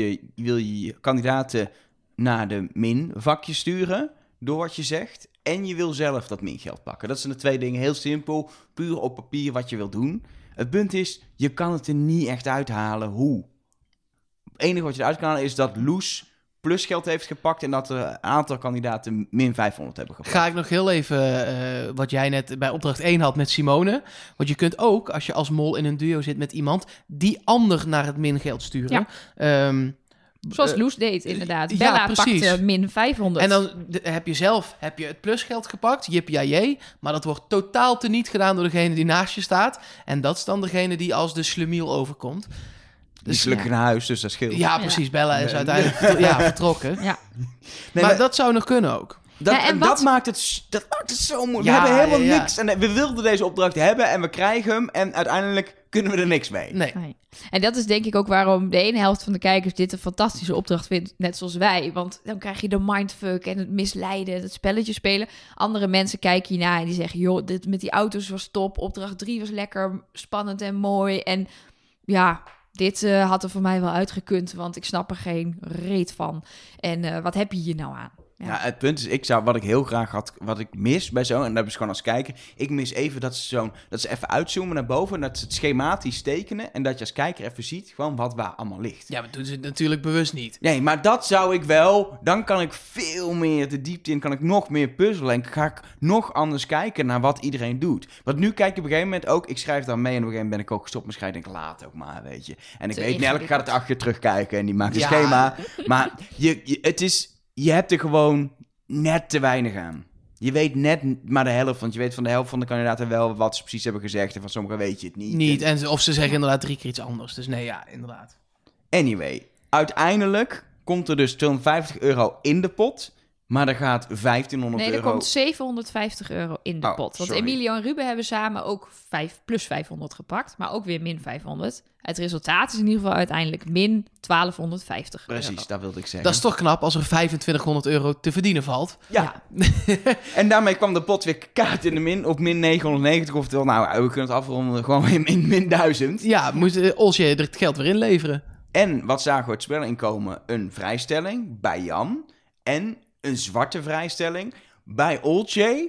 je kandidaten naar de min vakje sturen... door wat je zegt. En je wil zelf dat min geld pakken. Dat zijn de 2 dingen. Heel simpel. Puur op papier wat je wil doen. Het punt is, je kan het er niet echt uithalen hoe. Het enige wat je eruit kan halen is dat Loes... plusgeld heeft gepakt en dat er een aantal kandidaten min 500 hebben gepakt. Ga ik nog heel even wat jij net bij opdracht 1 had met Simone. Want je kunt ook, als je als mol in een duo zit met iemand... die ander naar het mingeld sturen. Ja. Zoals Loes deed, inderdaad. Bella pakte min 500. En dan heb je zelf het plusgeld gepakt, jippie-jee, maar dat wordt totaal teniet gedaan door degene die naast je staat. En dat is dan degene die als de slemiel overkomt. Dus gelukkig naar huis, dus dat scheelt. Ja, precies. Bella is uiteindelijk vertrokken. Ja. Nee, maar dat zou nog kunnen ook. Dat maakt het zo moeilijk. We hebben helemaal niks. En we wilden deze opdracht hebben en we krijgen hem. En uiteindelijk kunnen we er niks mee. Nee. En dat is denk ik ook waarom de ene helft van de kijkers dit een fantastische opdracht vindt. Net zoals wij. Want dan krijg je de mindfuck en het misleiden, het spelletje spelen. Andere mensen kijken hierna en die zeggen... joh, dit met die auto's was top. Opdracht 3 was lekker spannend en mooi. En ja... Dit had er voor mij wel uitgekund, want ik snap er geen reet van. En wat heb je hier nou aan? Ja, het punt is, wat ik heel graag had, wat ik mis bij zo'n, en dat is gewoon als kijker, ik mis even dat ze even uitzoomen naar boven, dat ze het schematisch tekenen en dat je als kijker even ziet gewoon wat waar allemaal ligt. Ja, maar doen ze het natuurlijk bewust niet. Nee, maar dat zou ik wel, dan kan ik veel meer de diepte in, kan ik nog meer puzzelen en ga ik nog anders kijken naar wat iedereen doet. Want nu kijk je op een gegeven moment ook, ik schrijf dan mee en op een gegeven moment ben ik ook gestopt met schrijven, denk laat ook maar, weet je. En ik weet, Nelke gaat het 8 keer terugkijken en die maakt een schema, maar je hebt er gewoon net te weinig aan. Je weet net maar de helft, want je weet van de helft van de kandidaten wel wat ze precies hebben gezegd en van sommigen weet je het niet. Of ze zeggen inderdaad 3 keer iets anders. Dus nee, ja, inderdaad. Anyway, uiteindelijk komt er dus €250 in de pot, maar er gaat €1500. Nee, er komt €750 in de pot. Want Emilio en Ruben hebben samen ook plus 500 gepakt, maar ook weer min 500. Het resultaat is in ieder geval uiteindelijk min €1250. Precies, dat wilde ik zeggen. Dat is toch knap als er €2500 te verdienen valt. Ja. En daarmee kwam de pot weer kaart in de min op min 990. Oftewel, nou, we kunnen het afronden gewoon in min 1000. Ja, moet Olsje er het geld weer inleveren. En wat zagen we het spel inkomen? Een vrijstelling bij Jan en een zwarte vrijstelling bij Olcay.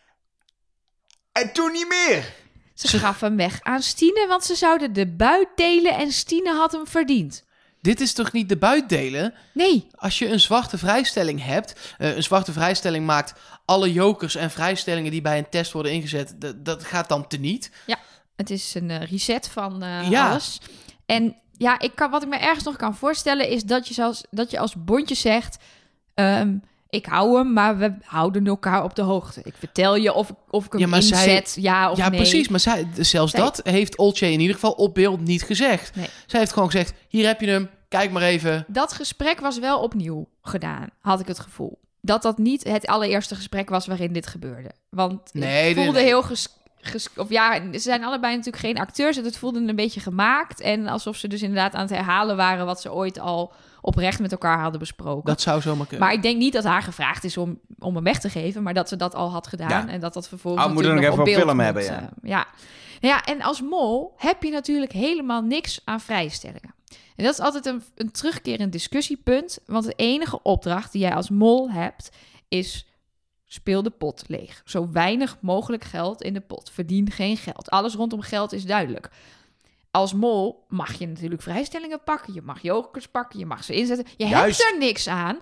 En toen niet meer. Ze gaf hem weg aan Stine, want ze zouden de buit delen en Stine had hem verdiend. Dit is toch niet de buit delen? Nee. Als je een zwarte vrijstelling hebt, een zwarte vrijstelling maakt alle jokers en vrijstellingen die bij een test worden ingezet, dat gaat dan teniet. Ja, het is een reset van alles. En ja, wat ik me ergens nog kan voorstellen is dat je als bondje zegt... ik hou hem, maar we houden elkaar op de hoogte. Ik vertel je of ik hem inzet, ja of nee. Ja, precies. Maar dat heeft Olcay in ieder geval op beeld niet gezegd. Nee. Zij heeft gewoon gezegd, hier heb je hem, kijk maar even. Dat gesprek was wel opnieuw gedaan, had ik het gevoel. Dat niet het allereerste gesprek was waarin dit gebeurde. Want het voelde heel... ze zijn allebei natuurlijk geen acteurs. Het voelde een beetje gemaakt. En alsof ze dus inderdaad aan het herhalen waren... wat ze ooit al oprecht met elkaar hadden besproken. Dat zou zomaar kunnen. Maar ik denk niet dat haar gevraagd is om hem weg te geven... maar dat ze dat al had gedaan. Ja. En dat vervolgens moet er nog even op film hebben, ja, en als mol heb je natuurlijk helemaal niks aan vrijstellingen. En dat is altijd een terugkerend discussiepunt. Want de enige opdracht die jij als mol hebt, is speel de pot leeg. Zo weinig mogelijk geld in de pot. Verdien geen geld. Alles rondom geld is duidelijk. Als mol mag je natuurlijk vrijstellingen pakken. Je mag jokers pakken. Je mag ze inzetten. Je hebt er niks aan.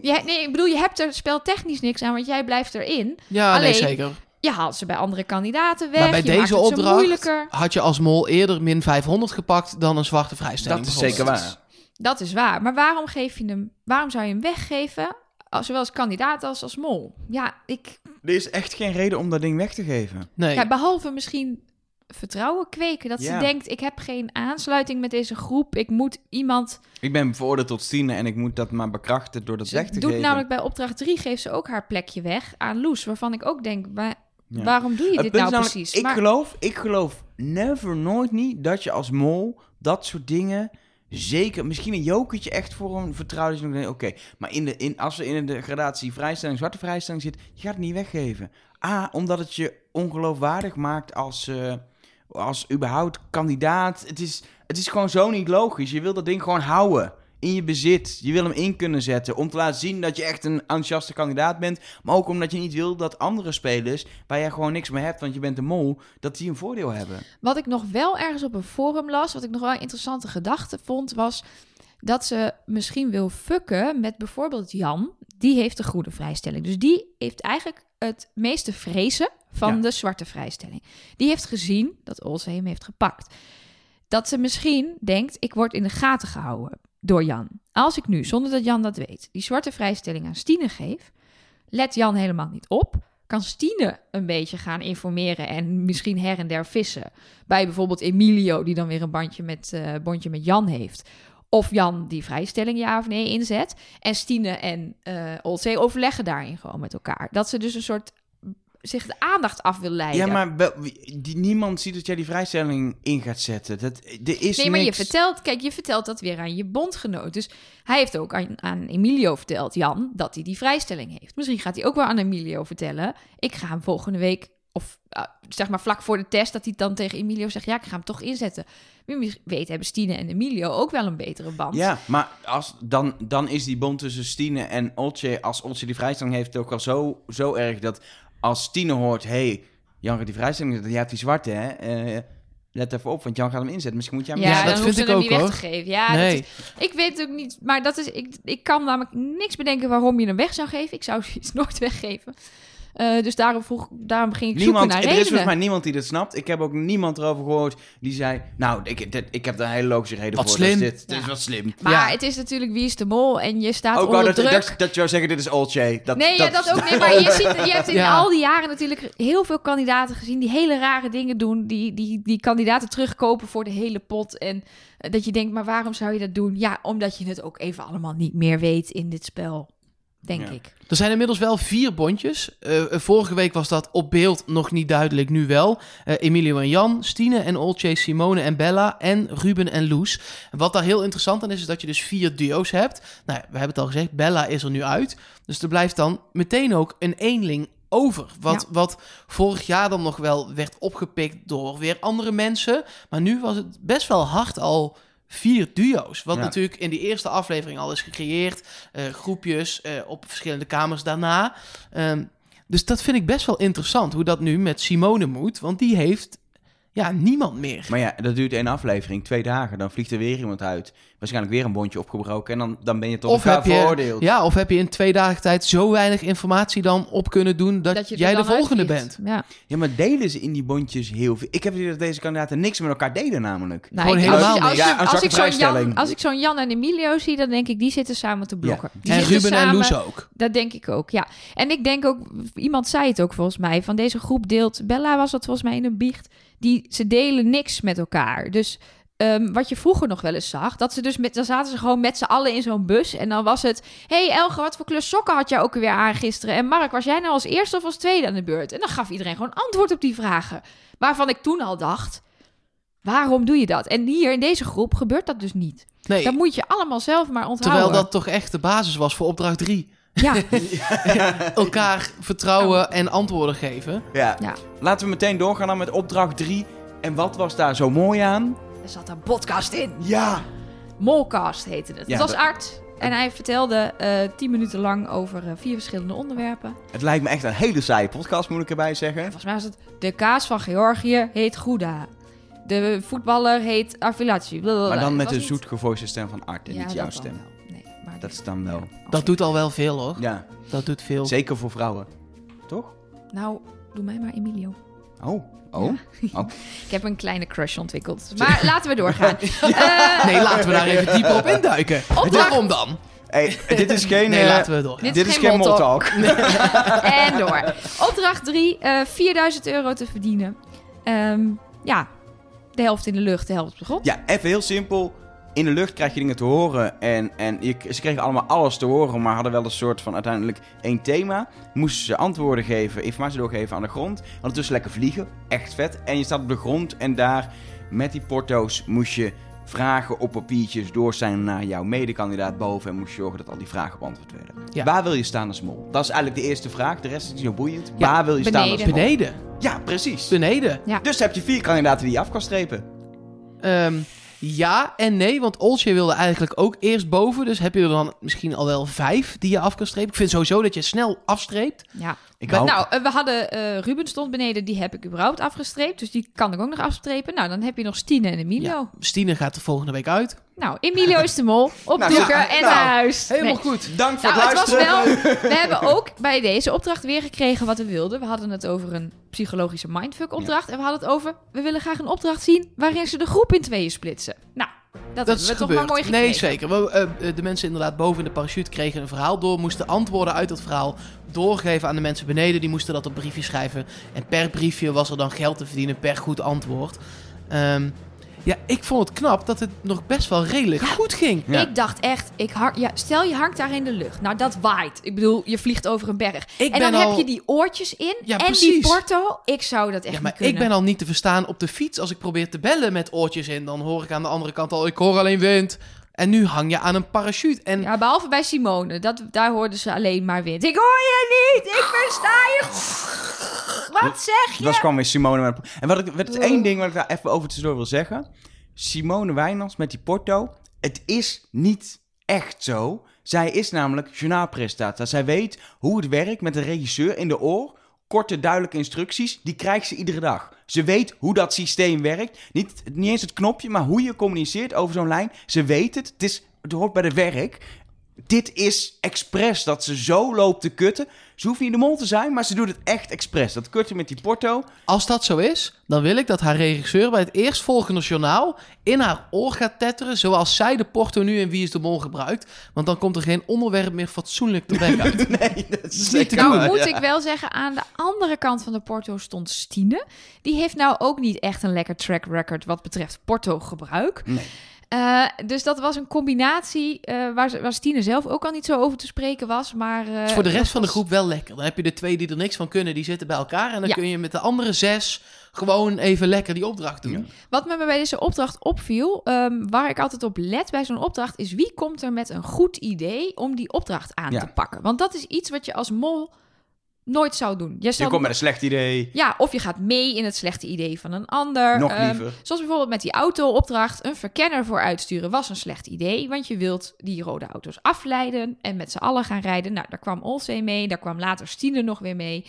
Je hebt er speltechnisch niks aan, want jij blijft erin. Ja, alleen, nee, zeker. Je haalt ze bij andere kandidaten weg. Maar bij je maakt deze het zo opdracht moeilijker. had je als mol eerder min 500 gepakt dan een zwarte vrijstelling. Dat is zeker waar. Dat is waar. Maar waarom zou je hem weggeven? Zowel als kandidaat als mol. Ja, Er is echt geen reden om dat ding weg te geven. Nee. Ja, behalve misschien vertrouwen kweken. Dat ze denkt, ik heb geen aansluiting met deze groep. Ik moet iemand... Ik ben veroordeeld tot Stine en ik moet dat maar bekrachten door dat weg te geven. Namelijk bij opdracht 3 geeft ze ook haar plekje weg aan Loes. Waarvan ik ook denk, waarom doe je dit nou precies? Ik geloof nooit niet dat je als mol dat soort dingen... Zeker, misschien een jokertje echt voor een vertrouwde... Oké, maar als er in de gradatie vrijstelling, zwarte vrijstelling zit... Je gaat het niet weggeven. Omdat het je ongeloofwaardig maakt als überhaupt kandidaat. Het is gewoon zo niet logisch. Je wil dat ding gewoon houden in je bezit. Je wil hem in kunnen zetten om te laten zien dat je echt een enthousiaste kandidaat bent. Maar ook omdat je niet wil dat andere spelers, waar jij gewoon niks mee hebt, want je bent een mol, dat die een voordeel hebben. Wat ik nog wel ergens op een forum las, wat ik nog wel een interessante gedachte vond, was dat ze misschien wil fucken met bijvoorbeeld Jan. Die heeft de groene vrijstelling. Dus die heeft eigenlijk het meeste vrezen van de zwarte vrijstelling. Die heeft gezien dat Olse hem heeft gepakt. Dat ze misschien denkt, ik word in de gaten gehouden door Jan. Als ik nu, zonder dat Jan dat weet, die zwarte vrijstelling aan Stine geef, let Jan helemaal niet op. Kan Stine een beetje gaan informeren en misschien her en der vissen. Bij bijvoorbeeld Emilio, die dan weer een bondje met Jan heeft. Of Jan die vrijstelling ja of nee inzet. En Stine en Olse overleggen daarin gewoon met elkaar. Dat ze dus een soort zich de aandacht af wil leiden. Ja, maar niemand ziet dat jij die vrijstelling in gaat zetten. Maar je vertelt dat weer aan je bondgenoot. Dus hij heeft ook aan Emilio verteld, Jan, dat hij die vrijstelling heeft. Misschien gaat hij ook wel aan Emilio vertellen. Ik ga hem volgende week, of zeg maar vlak voor de test, dat hij dan tegen Emilio zegt, ja, ik ga hem toch inzetten. Wie weet hebben Stine en Emilio ook wel een betere band. Ja, maar dan is die band tussen Stine en Oltje, als Oltje die vrijstelling heeft, ook al zo erg dat als Stine hoort, hey, Jan gaat die vrijstelling, jij hebt die zwarte, hè? Let even op, want Jan gaat hem inzetten. Misschien moet jij hem dat dan vind ik ook, niet weg te geven. Ja, nee. Ik weet het ook niet, maar dat is, ik kan namelijk niks bedenken waarom je hem weg zou geven. Ik zou zoiets nooit weggeven. Dus daarom ging ik zoeken naar redenen. Er is volgens mij niemand die dit snapt. Ik heb ook niemand erover gehoord die zei, nou, ik heb daar een hele logische reden wat voor. Slim. Dit is wat slim. Maar het is natuurlijk Wie is de Mol en je staat ook onder druk. Dat je zou zeggen, dit is Oltje. Dat ook niet. Maar je hebt in al die jaren natuurlijk heel veel kandidaten gezien die hele rare dingen doen. Die kandidaten terugkopen voor de hele pot. En dat je denkt, maar waarom zou je dat doen? Ja, omdat je het ook even allemaal niet meer weet in dit spel. Denk ik. Er zijn inmiddels wel 4 bondjes. Vorige week was dat op beeld nog niet duidelijk, nu wel. Emilio en Jan, Stine en Oltje, Simone en Bella en Ruben en Loes. Wat daar heel interessant aan is dat je dus 4 duo's hebt. Nou, we hebben het al gezegd, Bella is er nu uit. Dus er blijft dan meteen ook een eenling over. Wat vorig jaar dan nog wel werd opgepikt door weer andere mensen. Maar nu was het best wel hard al 4 duo's. Wat natuurlijk in die eerste aflevering al is gecreëerd. Groepjes op verschillende kamers daarna. Dus dat vind ik best wel interessant. Hoe dat nu met Simone moet. Want die heeft niemand meer. Maar ja, dat duurt 1 aflevering, 2 dagen. Dan vliegt er weer iemand uit. Waarschijnlijk weer een bondje opgebroken. En dan ben je tot elkaar veroordeeld. Ja, of heb je in 2 dagen tijd zo weinig informatie dan op kunnen doen dat jij de volgende bent. Ja, maar delen ze in die bondjes heel veel? Ik heb het idee dat deze kandidaten niks met elkaar delen namelijk. Nou, gewoon helemaal niet. Als ik zo'n Jan en Emilio zie, dan denk ik, die zitten samen te blokken. Ja. En Ruben en Loes ook. Dat denk ik ook, ja. En ik denk ook, iemand zei het ook volgens mij, van deze groep deelt, Bella was dat volgens mij in een biecht, ze delen niks met elkaar. Dus wat je vroeger nog wel eens zag, dan zaten ze gewoon met z'n allen in zo'n bus. En dan was het, hey Elge, wat voor kleur sokken had jij ook weer aan gisteren? En Mark, was jij nou als eerste of als tweede aan de beurt? En dan gaf iedereen gewoon antwoord op die vragen. Waarvan ik toen al dacht, waarom doe je dat? En hier in deze groep gebeurt dat dus niet. Nee. Dat moet je allemaal zelf maar onthouden. Terwijl dat toch echt de basis was voor opdracht 3. Ja. Elkaar vertrouwen en antwoorden geven. Ja. Laten we meteen doorgaan dan met opdracht 3. En wat was daar zo mooi aan? Er zat een podcast in. Ja. Molcast heette het. Ja, Het was dat- Art. En hij vertelde 10 minuten lang over 4 verschillende onderwerpen. Het lijkt me echt een hele saaie podcast, moet ik erbij zeggen. Volgens mij was het... De kaas van Georgië heet Gouda. De voetballer heet Arfilaci. Maar dan met de de zoetgevoelige stem van Art en niet jouw stem. Nee, maar Dat is dan wel... Dat doet al wel veel, hoor. Ja, Dat doet veel. zeker voor vrouwen. Toch? Nou, doe mij maar Emilio. Oh. Ik heb een kleine crush ontwikkeld. Maar laten we doorgaan. Nee, laten we daar even dieper op induiken. Waarom dan? Hey, dit is geen... Nee, laten we doorgaan. Dit Dit is geen mol moltalk. En door. Opdracht 3. 4.000 euro te verdienen. Ja, de helft in de lucht, de helft op de grond. Ja, even heel simpel. In de lucht krijg je dingen te horen. En ze kregen allemaal alles te horen, maar hadden wel een soort van uiteindelijk 1 thema. Moesten ze antwoorden geven, informatie doorgeven aan de grond. Ondertussen lekker vliegen. Echt vet. En je staat op de grond en daar met die porto's moest je vragen op papiertjes doorzenden naar jouw medekandidaat boven. En moest je zorgen dat al die vragen beantwoord werden. Ja. Waar wil je staan als mol? Dat is eigenlijk de eerste vraag. De rest is niet zo boeiend. Ja, Waar wil je staan als beneden. mol? Beneden. Ja, precies. Beneden. Ja. Dus heb je 4 kandidaten die je af kan strepen. Ja en nee, want Olsje wilde eigenlijk ook eerst boven. Dus heb je er dan misschien al wel 5 die je af kan strepen. Ik vind sowieso dat je snel afstreept. Ja. Ik hou... Nou, we hadden Ruben stond beneden, die heb ik überhaupt afgestreept. Dus die kan ik ook nog afstrepen. Nou, dan heb je nog Stine en Emilio. Ja, Stine gaat er volgende week uit. Nou, Emilio is de mol. Opdoeken ja, en nou, naar huis. Helemaal Nee. goed. Dank voor Nou, het het was luisteren. wel... We hebben ook bij deze opdracht weer gekregen wat we wilden. We hadden het over een psychologische mindfuck opdracht. En we hadden het over... We willen graag een opdracht zien waarin ze de groep in 2 splitsen. Nou, dat hebben is we toch gebeurd. maar mooi gekregen. Nee, zeker. De mensen inderdaad boven in de parachute kregen een verhaal door. Moesten antwoorden uit dat verhaal doorgeven aan de mensen beneden. Die moesten dat op briefjes schrijven. En per briefje was er dan geld te verdienen per goed antwoord. Ja, ik vond het knap dat het nog best wel redelijk goed ging. Ja. Ik dacht echt, stel je hangt daar in de lucht. Nou, dat waait. Ik bedoel, je vliegt over een berg. Ik En dan ben heb al- je die oortjes in Ja, en precies. die porto. Ik zou dat echt Ja, maar niet kunnen. ik ben al niet te verstaan op de fiets. Als ik probeer te bellen met oortjes in, dan hoor ik aan de andere kant al, ik hoor alleen wind. En nu hang je aan een parachute. En Ja, behalve bij Simone. Daar hoorden ze alleen maar wind. Ik hoor je niet! Ik versta je! Wat zeg je? Dat kwam weer Simone met... En wat is één ding wat ik daar even over tussendoor wil zeggen. Simone Wijnands met die porto. Het is niet echt zo. Zij is namelijk journaalpresentator. Zij weet hoe het werkt met een regisseur in de oor. Korte, duidelijke instructies. Die krijgt ze iedere dag. Ze weet hoe dat systeem werkt. Niet eens het knopje, maar hoe je communiceert over zo'n lijn. Ze weet het. Het hoort bij de werk. Dit is expres dat ze zo loopt te kutten. Ze hoeft niet de mol te zijn, maar ze doet het echt expres. Dat kutten met die porto. als dat zo is, dan wil ik dat haar regisseur bij het eerstvolgende journaal in haar oor gaat tetteren, zoals zij de porto nu in Wie is de Mol gebruikt. Want dan komt er geen onderwerp meer fatsoenlijk te bek uit. Nee, dat is niet zeker te Nou, doen. moet ik wel zeggen, aan de andere kant van de porto stond Stine. Die heeft nou ook niet echt een lekker track record wat betreft porto-gebruik. Nee. Dus dat was een combinatie waar Stine zelf ook al niet zo over te spreken was. Maar, Het is voor de rest dat van de was- groep wel lekker. Dan heb je de 2 die er niks van kunnen, die zitten bij elkaar. En dan Ja. kun je met de andere 6 gewoon even lekker die opdracht doen. Ja. Wat me bij deze opdracht opviel, waar ik altijd op let bij zo'n opdracht, is wie komt er met een goed idee om die opdracht aan Ja. te pakken. Want dat is iets wat je als mol nooit zou doen. Je komt met een slecht idee. Ja, of je gaat mee in het slechte idee van een ander. Nog liever. Zoals bijvoorbeeld met die auto-opdracht. Een verkenner voor uitsturen was een slecht idee. Want je wilt die rode auto's afleiden en met z'n allen gaan rijden. Nou, daar kwam Olsee mee. Daar kwam later Stine nog weer mee.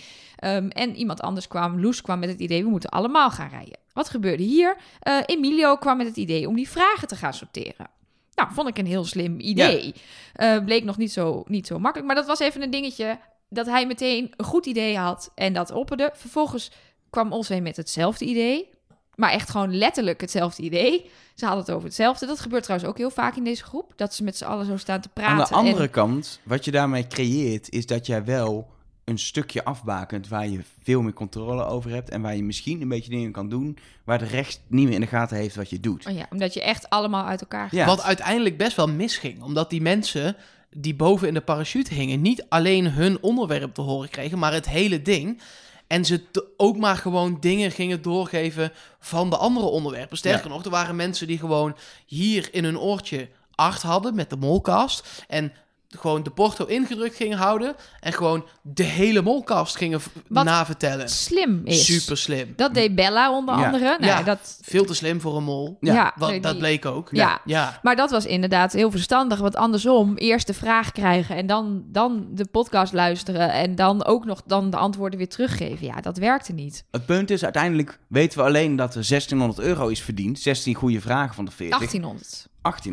En iemand anders Loes kwam met het idee, we moeten allemaal gaan rijden. Wat gebeurde hier? Emilio kwam met het idee om die vragen te gaan sorteren. Nou, vond ik een heel slim idee. Bleek nog niet zo makkelijk. Maar dat was even een dingetje dat hij meteen een goed idee had en dat opperde. Vervolgens kwam Olsee met hetzelfde idee. Maar echt gewoon letterlijk hetzelfde idee. Ze hadden het over hetzelfde. Dat gebeurt trouwens ook heel vaak in deze groep. Dat ze met z'n allen zo staan te praten. Aan de andere en- kant, wat je daarmee creëert, is dat jij wel een stukje afbakent waar je veel meer controle over hebt en waar je misschien een beetje dingen kan doen waar de rechts niet meer in de gaten heeft wat je doet. Oh ja, omdat je echt allemaal uit elkaar gaat. Ja. Wat uiteindelijk best wel misging. Omdat die mensen die boven in de parachute hingen niet alleen hun onderwerp te horen kregen, maar het hele ding. En ze ook maar gewoon dingen gingen doorgeven van de andere onderwerpen. Sterker nog, er waren mensen die gewoon hier in hun oortje Art hadden met de Molcast. En gewoon de porto ingedrukt gingen houden en gewoon de hele molkast gingen Wat navertellen. Slim is. Super slim. Dat deed Bella onder Ja. andere. Nou, Ja. dat, Veel te slim voor een mol. ja, Dat die- bleek ook. Ja. Ja. Maar dat was inderdaad heel verstandig. Want andersom, eerst de vraag krijgen en dan de podcast luisteren en dan ook nog dan de antwoorden weer teruggeven. Ja, dat werkte niet. Het punt is, uiteindelijk weten we alleen dat er €1600 is verdiend. 16 goede vragen van de 40. 1800.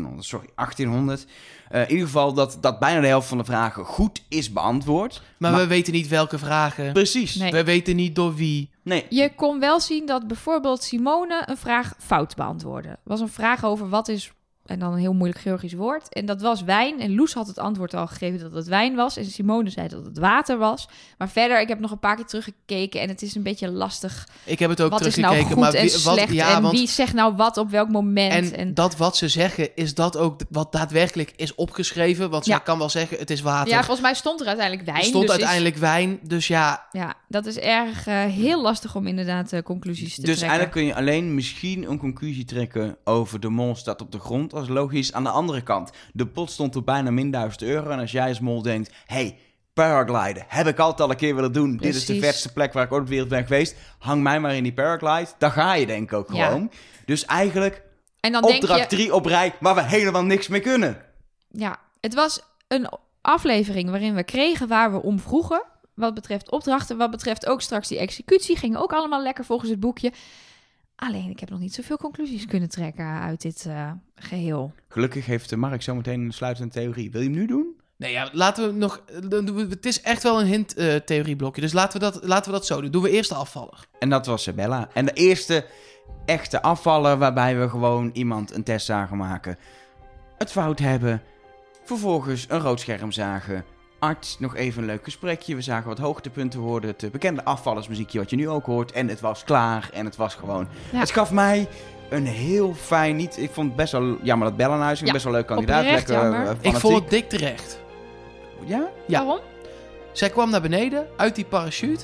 1800. In ieder geval dat bijna de helft van de vragen goed is beantwoord. Maar we weten niet welke vragen. Precies. Nee. We weten niet door wie. Nee. Je kon wel zien dat bijvoorbeeld Simone een vraag fout beantwoordde. Het was een vraag over wat is, en dan een heel moeilijk Georgisch woord. En dat was wijn. En Loes had het antwoord al gegeven dat het wijn was. En Simone zei dat het water was. Maar verder, ik heb nog een paar keer teruggekeken. En het is een beetje lastig. Ik heb het ook Wat is teruggekeken. nou goed maar en slecht? En want wie zegt nou wat op welk moment? En dat wat ze zeggen, is dat ook wat daadwerkelijk is opgeschreven? Want Ja. zij kan wel zeggen, het is water. Ja, volgens mij stond er uiteindelijk wijn. er stond dus uiteindelijk wijn, dus ja... ja, dat is erg heel lastig om inderdaad conclusies te Dus trekken. eigenlijk kun je alleen misschien een conclusie trekken over de mol staat op de grond als logisch. Aan de andere kant, de pot stond op bijna min €1000. En als jij als mol denkt, hey, paragliden, heb ik altijd al een keer willen doen. Dit is de Precies. vetste plek waar ik ooit op de wereld ben geweest. Hang mij maar in die paraglide. Dan ga je denk ik ook Ja. gewoon. Dus eigenlijk En dan denk opdracht je, 3 op rij waar we helemaal niks mee kunnen. ja, het was een aflevering waarin we kregen waar we om vroegen. Wat betreft opdrachten, wat betreft ook straks die executie. Ging ook allemaal lekker volgens het boekje. Alleen, ik heb nog niet zoveel conclusies kunnen trekken uit dit geheel. Gelukkig heeft Mark zometeen een sluitende theorie. Wil je hem nu doen? Nee, ja, laten we nog... dan doen we- Het is echt wel een hint-theorieblokje. Dus laten we dat zo doen. Doen we eerst de afvaller. En dat was Bella. En de eerste echte afvaller waarbij we gewoon iemand een test zagen maken. Het fout hebben. Vervolgens een rood scherm zagen. Art, nog even een leuk gesprekje. We zagen wat hoogtepunten hoorden. Het bekende afvallersmuziekje wat je nu ook hoort. En het was klaar. En het was gewoon... Ja. Het gaf mij een heel fijn... Ik vond het best wel jammer dat Bella naar huis ging. Ja, Best wel leuk kandidaat. oprecht Lekker jammer. fanatiek. Ik vond het dik terecht. Ja? Ja. Waarom? Zij kwam naar beneden, uit die parachute.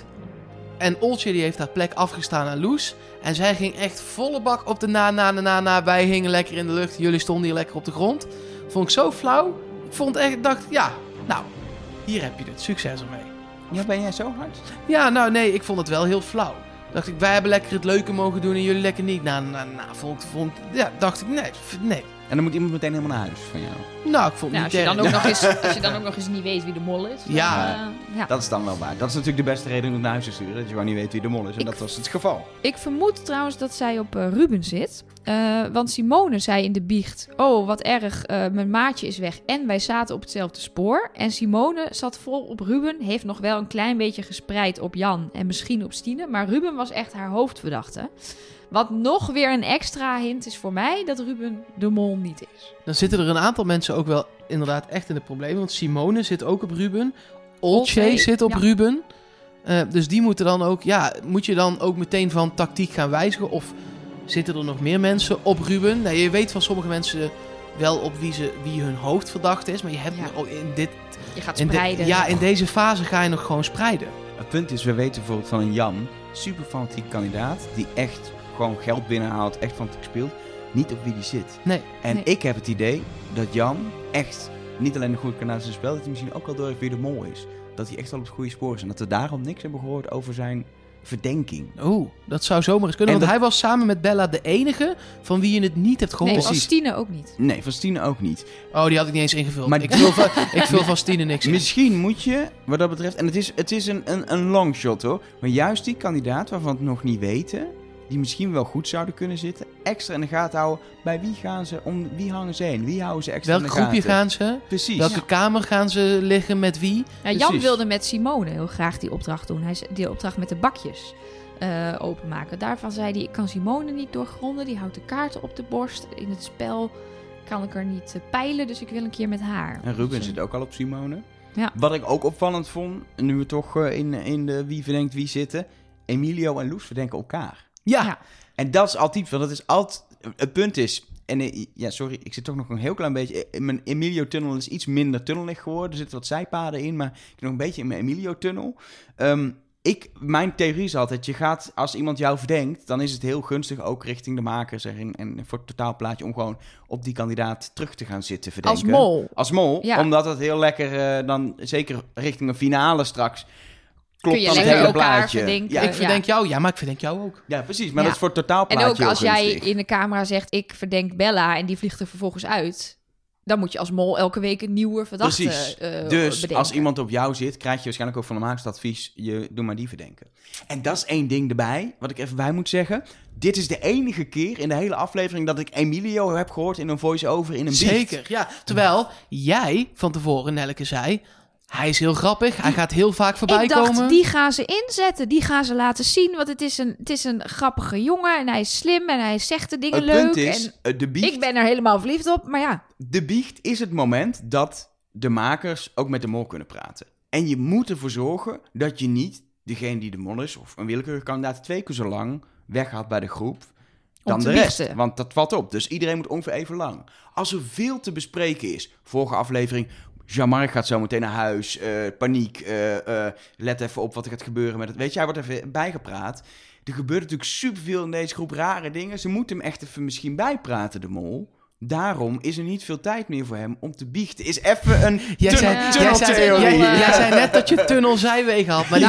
En Oltje die heeft haar plek afgestaan aan Loes. En zij ging echt volle bak op de na. Wij hingen lekker in de lucht. Jullie stonden hier lekker op de grond. Vond ik zo flauw. Ik dacht, ja, nou, hier heb je het. Succes ermee. Ja, ben jij zo hard? Ja, nou nee, ik vond het wel heel flauw. Dacht ik, wij hebben lekker het leuke mogen doen en jullie lekker niet. Dacht ik, nee. En dan moet iemand meteen helemaal naar huis van jou. Nou, ik vond het Nou, niet als je dan erg. als je dan ook nog eens niet weet wie de mol is. Dan, Ja. ja. Dat is dan wel waar. Dat is natuurlijk de beste reden om naar huis te sturen. Dat je gewoon niet weet wie de mol is. En dat was het geval. Ik vermoed trouwens dat zij op Ruben zit. Want Simone zei in de biecht... Oh, wat erg, mijn maatje is weg. En wij zaten op hetzelfde spoor. En Simone zat vol op Ruben. Heeft nog wel een klein beetje gespreid op Jan. En misschien op Stine. Maar Ruben was echt haar hoofdverdachte. Wat nog weer een extra hint is voor mij... dat Ruben de mol niet is. Dan zitten er een aantal mensen ook wel inderdaad echt in de problemen. Want Simone zit ook op Ruben. Olcay Olcay, zit op ja. Ruben. Dus die moeten dan ook... Ja, moet je dan ook meteen van tactiek gaan wijzigen? Of zitten er nog meer mensen op Ruben? Nou, je weet van sommige mensen wel op wie hun hoofdverdachte is. Maar je hebt Ja. Je gaat in spreiden. in deze fase ga je nog gewoon spreiden. Het punt is, we weten bijvoorbeeld van een Jan, super fanatiek kandidaat, die echt gewoon geld binnenhaalt, echt fanatiek speelt, niet op wie die zit. Nee. En Nee. ik heb het idee dat Jan echt niet alleen een goede kandidaat is in het spel, dat hij misschien ook wel door heeft wie de mol is. Dat hij echt wel op het goede spoor is en dat we daarom niks hebben gehoord over zijn verdenking. Oeh, dat zou zomaar eens kunnen. En Want dat- hij was samen met Bella de enige van wie je het niet hebt gehoord. Nee, precies. van Stine ook niet. Nee, van Stine ook niet. Oh, die had ik niet eens ingevuld. Maar- Ik vul van Stine niks in. Misschien moet je, wat dat betreft, en het is een long shot hoor, maar juist die kandidaat waarvan we het nog niet weten, die misschien wel goed zouden kunnen zitten, extra in de gaten houden. Bij wie gaan ze, om wie hangen ze heen? Wie houden ze extra Welk in de groepje gaten? gaan ze? Precies. Welke kamer gaan ze liggen met wie? Ja, Jan Precies. wilde met Simone heel graag die opdracht doen. Die opdracht met de bakjes openmaken. Daarvan zei hij, ik kan Simone niet doorgronden. Die houdt de kaarten op de borst. In het spel kan ik er niet peilen, dus ik wil een keer met haar. En Ruben Dus, zit ook al op Simone. Ja. Wat ik ook opvallend vond, nu we toch in de wie verdenkt wie zitten, Emilio en Loes verdenken elkaar. Ja, Ja. En dat is altijd, want dat is altijd, het punt is, en ja, sorry, ik zit toch nog een heel klein beetje, mijn Emilio-tunnel is iets minder tunnelig geworden, er zitten wat zijpaden in, maar ik zit nog een beetje in mijn Emilio-tunnel. Mijn theorie is altijd, als iemand jou verdenkt, dan is het heel gunstig ook richting de makers en voor het totaalplaatje om gewoon op die kandidaat terug te gaan zitten verdenken. Als mol, ja. Omdat het heel lekker dan, zeker richting een finale straks, klopt Kun je dan het lekker hele elkaar plaatje. verdenken. Ja, Ik verdenk jou, maar ik verdenk jou ook. ja, precies. Maar Ja. dat is voor het totaalplaatje En ook als heel jij gunstig. in de camera zegt, ik verdenk Bella en die vliegt er vervolgens uit, dan moet je als mol elke week een nieuwe verdachte Precies. Dus bedenken. als iemand op jou zit, krijg je waarschijnlijk ook van de makers het advies, doe maar die verdenken. En dat is één ding erbij, wat ik even bij moet zeggen. Dit is de enige keer in de hele aflevering dat ik Emilio heb gehoord in een voice-over in een biecht. Zeker, ja. Terwijl jij van tevoren, Nelleke, zei... Hij is heel grappig, hij gaat heel vaak voorbij Ik dacht, komen. die gaan ze inzetten. Die gaan ze laten zien. Want het is een grappige jongen. En hij is slim. En hij zegt de dingen Het leuk. punt is, en de biecht... ik ben er helemaal verliefd op. Maar ja, De biecht is het moment dat de makers ook met de mol kunnen praten. En je moet ervoor zorgen dat je niet degene die de mol is, of een willekeurige kandidaat, 2 keer zo lang weghaalt bij de groep dan te de rest. biechten. Want dat valt op. Dus iedereen moet ongeveer even lang. Als er veel te bespreken is, vorige aflevering, Jean-Marc gaat zo meteen naar huis, paniek, let even op wat er gaat gebeuren met het. Weet je, hij wordt even bijgepraat. Er gebeurt natuurlijk superveel in deze groep rare dingen. Ze moeten hem echt even misschien bijpraten, de mol. Daarom is er niet veel tijd meer voor hem om te biechten. Is even een Jij tunneltheorie. jij zei net dat je tunnelzijwegen had. Maar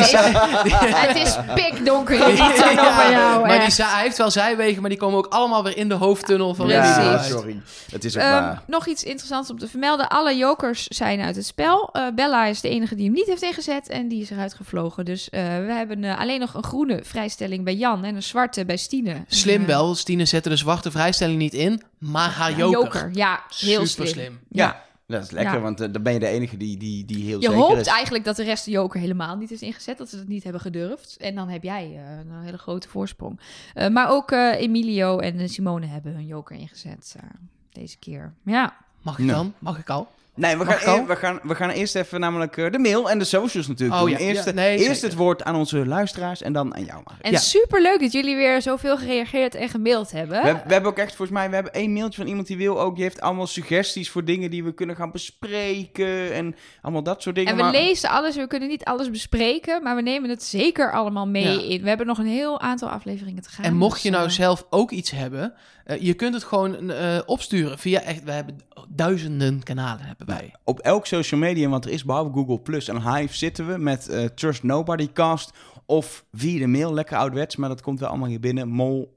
het is pikdonker in die tunnel bij jou. Maar echt. hij heeft wel zijwegen, maar die komen ook allemaal weer in de hoofdtunnel van Precies. Emilio Ja, uit. sorry. Het is ook waar. Nog iets interessants om te vermelden. Alle jokers zijn uit het spel. Bella is de enige die hem niet heeft ingezet. En die is eruit gevlogen. Dus we hebben alleen nog een groene vrijstelling bij Jan. En een zwarte bij Stine. Slim wel, Stine zette de zwarte vrijstelling niet in, maar haar joker. Ja, heel Super slim. Ja, dat is lekker, Ja. want dan ben je de enige die heel Je zeker hoopt is. eigenlijk dat de rest de joker helemaal niet is ingezet. Dat ze dat niet hebben gedurfd. En dan heb jij een hele grote voorsprong. Maar ook Emilio en Simone hebben hun joker ingezet deze keer. Ja. Mag ik Nee. dan? Mag ik al? Nee, Mag ik al? we gaan eerst even namelijk de mail en de socials natuurlijk Oh, doen. ja. Eerst, Ja, nee, eerst zeker. het woord aan onze luisteraars en dan aan jou, Mark. En Ja. superleuk dat jullie weer zoveel gereageerd en gemaild hebben. We hebben ook echt, volgens mij, we hebben 1 mailtje van iemand die wil ook. Die heeft allemaal suggesties voor dingen die we kunnen gaan bespreken en allemaal dat soort dingen. En we maar- lezen alles, we kunnen niet alles bespreken, maar we nemen het zeker allemaal mee Ja. in. We hebben nog een heel aantal afleveringen te gaan. En mocht je dus, nou zelf ook iets hebben, je kunt het gewoon opsturen via echt, we hebben duizenden kanalen hebben wij. Op elk social media wat er is, behalve Google Plus en Hive, zitten we met Trust Nobody Cast of via de mail, lekker ouderwets, maar dat komt wel allemaal hier binnen,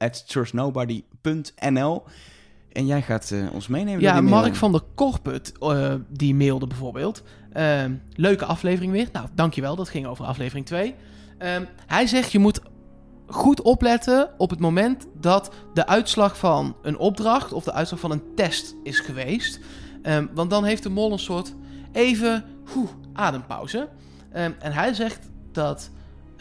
mol@trustnobody.nl. En jij gaat ons meenemen door Ja, die mail. Mark van der Korput, die mailde bijvoorbeeld. Leuke aflevering weer. Nou, dankjewel, dat ging over aflevering 2. Hij zegt, je moet goed opletten op het moment dat de uitslag van een opdracht of de uitslag van een test is geweest. Want dan heeft de mol een soort even adempauze. En hij zegt dat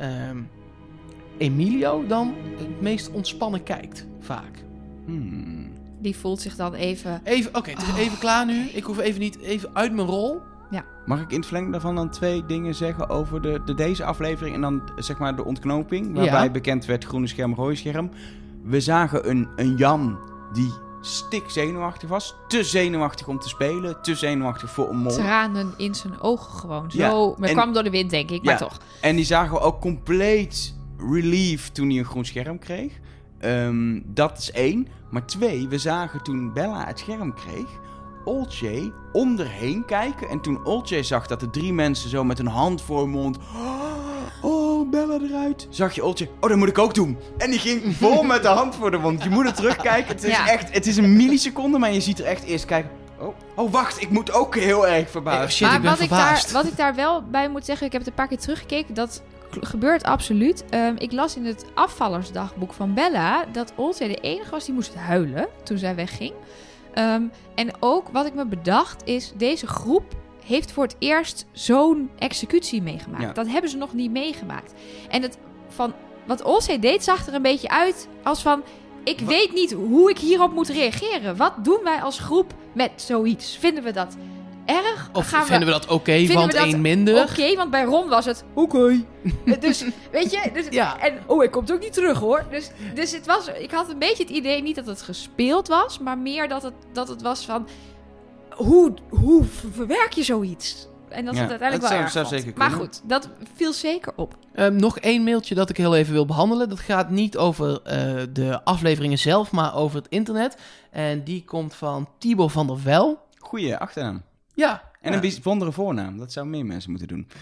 Emilio dan het meest ontspannen kijkt, vaak. die voelt zich dan even... Even, oké, het is even klaar nu. Ik hoef even uit mijn rol. Mag ik in het verlengde daarvan dan 2 dingen zeggen over deze aflevering en dan zeg maar de ontknoping, waarbij Ja. bekend werd groene scherm, rode scherm. We zagen een Jan die stik zenuwachtig was, te zenuwachtig om te spelen, te zenuwachtig voor een mol. Tranen in zijn ogen gewoon. Zo, Ja, maar en- kwam door de wind, denk ik, maar Ja. toch. En die zagen we ook compleet relief toen hij een groen scherm kreeg. Dat is 1. Maar 2, we zagen toen Bella het scherm kreeg, Olcay om erheen kijken. En toen Olcay zag dat de 3 mensen zo met een hand voor hun mond... Oh, Bella eruit. Zag je Olcay, oh, dat moet ik ook doen. En die ging vol met de hand voor de mond. Je moet er terugkijken. Het is Ja. echt, het is een milliseconde, maar je ziet er echt eerst kijken... Oh, wacht, ik moet ook heel erg verbaasd. Shit, ik ben verbaasd. wat ik daar wel bij moet zeggen, ik heb het een paar keer teruggekeken, dat gebeurt absoluut. Ik las in het afvallersdagboek van Bella dat Olcay de enige was die moest huilen toen zij wegging. En ook wat ik me bedacht is, deze groep heeft voor het eerst zo'n executie meegemaakt. Ja. Dat hebben ze nog niet meegemaakt. En wat Olcay deed zag er een beetje uit als van... Ik weet niet hoe ik hierop moet reageren. Wat doen wij als groep met zoiets? Vinden we dat erg? Of Gaan vinden we dat oké, vinden want we dat 1 minder? Oké, want bij Ron was het oké. Dus, weet je... Dus, Ja. En, hij komt ook niet terug, hoor. Dus het was... Ik had een beetje het idee, niet dat het gespeeld was... maar meer dat het was van... Hoe verwerk je zoiets? En dat Ja, het uiteindelijk dat wel erg zou vond. zeker Maar kunnen. goed, dat viel zeker op. Nog één mailtje dat ik heel even wil behandelen. Dat gaat niet over de afleveringen zelf, maar over het internet. En die komt van Tibor van der Wel. Goeie achternaam. Ja. En een bijzondere voornaam. Dat zou meer mensen moeten doen.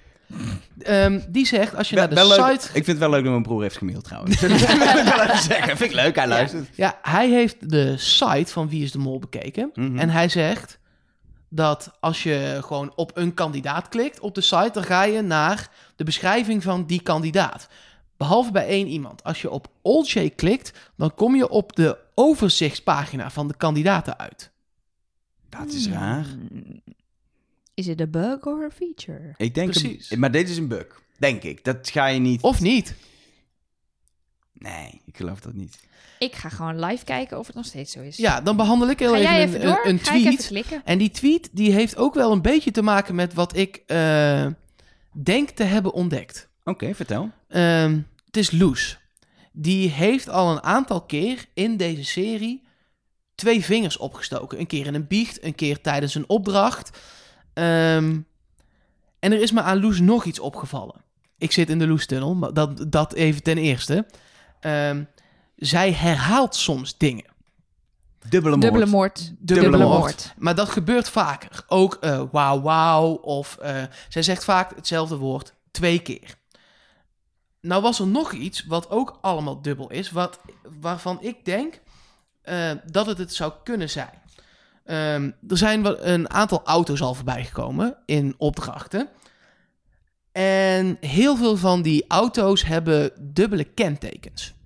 Die zegt, als je naar de Wel leuk. site... Ik vind het wel leuk dat mijn broer heeft gemaild trouwens. Dat wil ik wel even zeggen. Vind ik leuk, hij luistert. Ja, hij heeft de site van Wie is de Mol bekeken. Mhm. En hij zegt dat als je gewoon op een kandidaat klikt op de site, dan ga je naar de beschrijving van die kandidaat. Behalve bij één iemand. Als je op Allshay klikt, dan kom je op de overzichtspagina van de kandidaten uit. Dat is raar. Is het een bug of een feature? Ik denk Precies. maar dit is een bug. Denk ik. Dat ga je niet... Of niet? Nee, ik geloof dat niet. Ik ga gewoon live kijken of het nog steeds zo is. Ja, dan behandel ik heel Ga jij even even door? een Ga ik even tweet. klikken? En die tweet die heeft ook wel een beetje te maken met wat ik denk te hebben ontdekt. Oké, vertel. Het is Loes. Die heeft al een aantal keer in deze serie 2 vingers opgestoken. Een keer in een biecht, een keer tijdens een opdracht. En er is me aan Loes nog iets opgevallen. Ik zit in de Loes-tunnel, maar dat even ten eerste. Zij herhaalt soms dingen. Dubbele moord. Dubbele moord. Dubbele moord. Maar dat gebeurt vaker. Ook wauw, wauw. Of zij zegt vaak hetzelfde woord 2 keer. Nou was er nog iets wat ook allemaal dubbel is. Waarvan ik denk dat het zou kunnen zijn. Er zijn een aantal auto's al voorbij gekomen in opdrachten. En heel veel van die auto's hebben dubbele kentekens.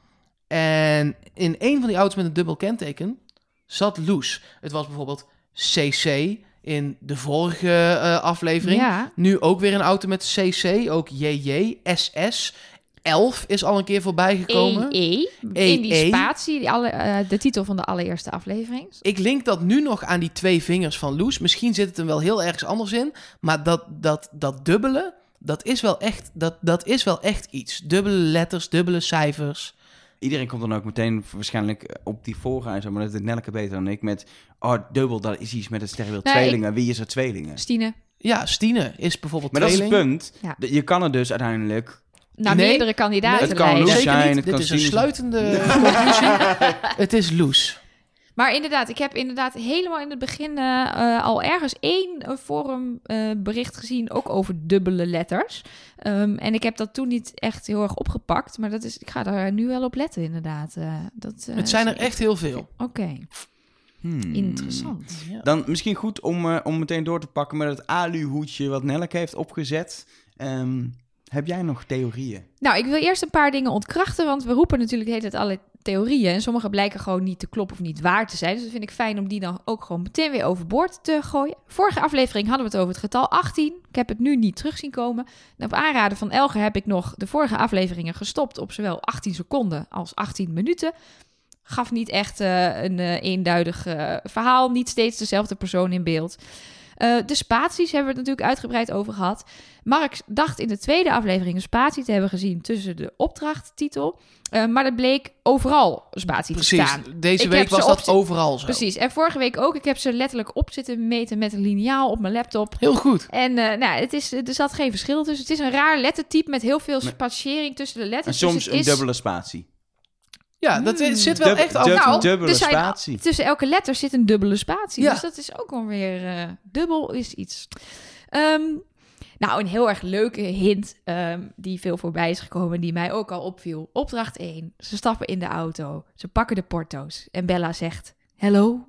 En in een van die auto's met een dubbel kenteken zat Loes. Het was bijvoorbeeld CC in de vorige aflevering. Ja. Nu ook weer een auto met CC, ook JJ, SS. 11 is al een keer voorbij gekomen. EE. In die spatie, de titel van de allereerste aflevering. Ik link dat nu nog aan die 2 vingers van Loes. Misschien zit het hem wel heel ergens anders in. Maar dat dubbele, dat is wel echt iets. Dubbele letters, dubbele cijfers. Iedereen komt dan ook meteen waarschijnlijk op die vorige en zo, maar dat is Nelleke beter dan ik met... Oh, dubbel, dat is iets met het sterrenbeeld tweelingen. Wie is er tweelingen? Stine. Ja, Stine is bijvoorbeeld Maar tweeling. dat is het punt. Ja. Je kan er dus uiteindelijk... Naar Nee. meerdere kandidaten Het kan lijken. Loes Zeker zijn, niet. het Dit kan is een Stine sluitende conclusie. Het is Loes. Maar inderdaad, ik heb inderdaad helemaal in het begin al ergens 1 forumbericht gezien, ook over dubbele letters. En ik heb dat toen niet echt heel erg opgepakt, maar ik ga daar nu wel op letten inderdaad. Het zijn er echt heel veel. Oké, interessant. Ja. Dan misschien goed om meteen door te pakken met het aluhoedje wat Nelleke heeft opgezet. Heb jij nog theorieën? Nou, ik wil eerst een paar dingen ontkrachten, want we roepen natuurlijk de hele tijd alle theorieën en sommige blijken gewoon niet te kloppen of niet waar te zijn. Dus dat vind ik fijn om die dan ook gewoon meteen weer overboord te gooien. Vorige aflevering hadden we het over het getal 18. Ik heb het nu niet terug zien komen. En op aanraden van Elger heb ik nog de vorige afleveringen gestopt op zowel 18 seconden als 18 minuten. Gaf niet echt een eenduidig verhaal, niet steeds dezelfde persoon in beeld. De spaties hebben we het natuurlijk uitgebreid over gehad. Mark dacht in de tweede aflevering een spatie te hebben gezien tussen de opdrachttitel. Maar dat bleek overal spatie te Precies. staan. Deze Ik week heb ze was dat overal zo. Precies. En vorige week ook. Ik heb ze letterlijk op zitten meten met een liniaal op mijn laptop. Heel goed. En er zat geen verschil tussen. Het is een raar lettertype met heel veel spatiëring tussen de En letters. Dus soms het een is... dubbele spatie. Ja, dat zit wel echt af. Nou, dubbele er zijn spatie. tussen elke letter zit een dubbele spatie. Ja. Dus dat is ook alweer dubbel is iets. Nou, een heel erg leuke hint die veel voorbij is gekomen, die mij ook al opviel. Opdracht 1. Ze stappen in de auto. Ze pakken de porto's. En Bella zegt, hello.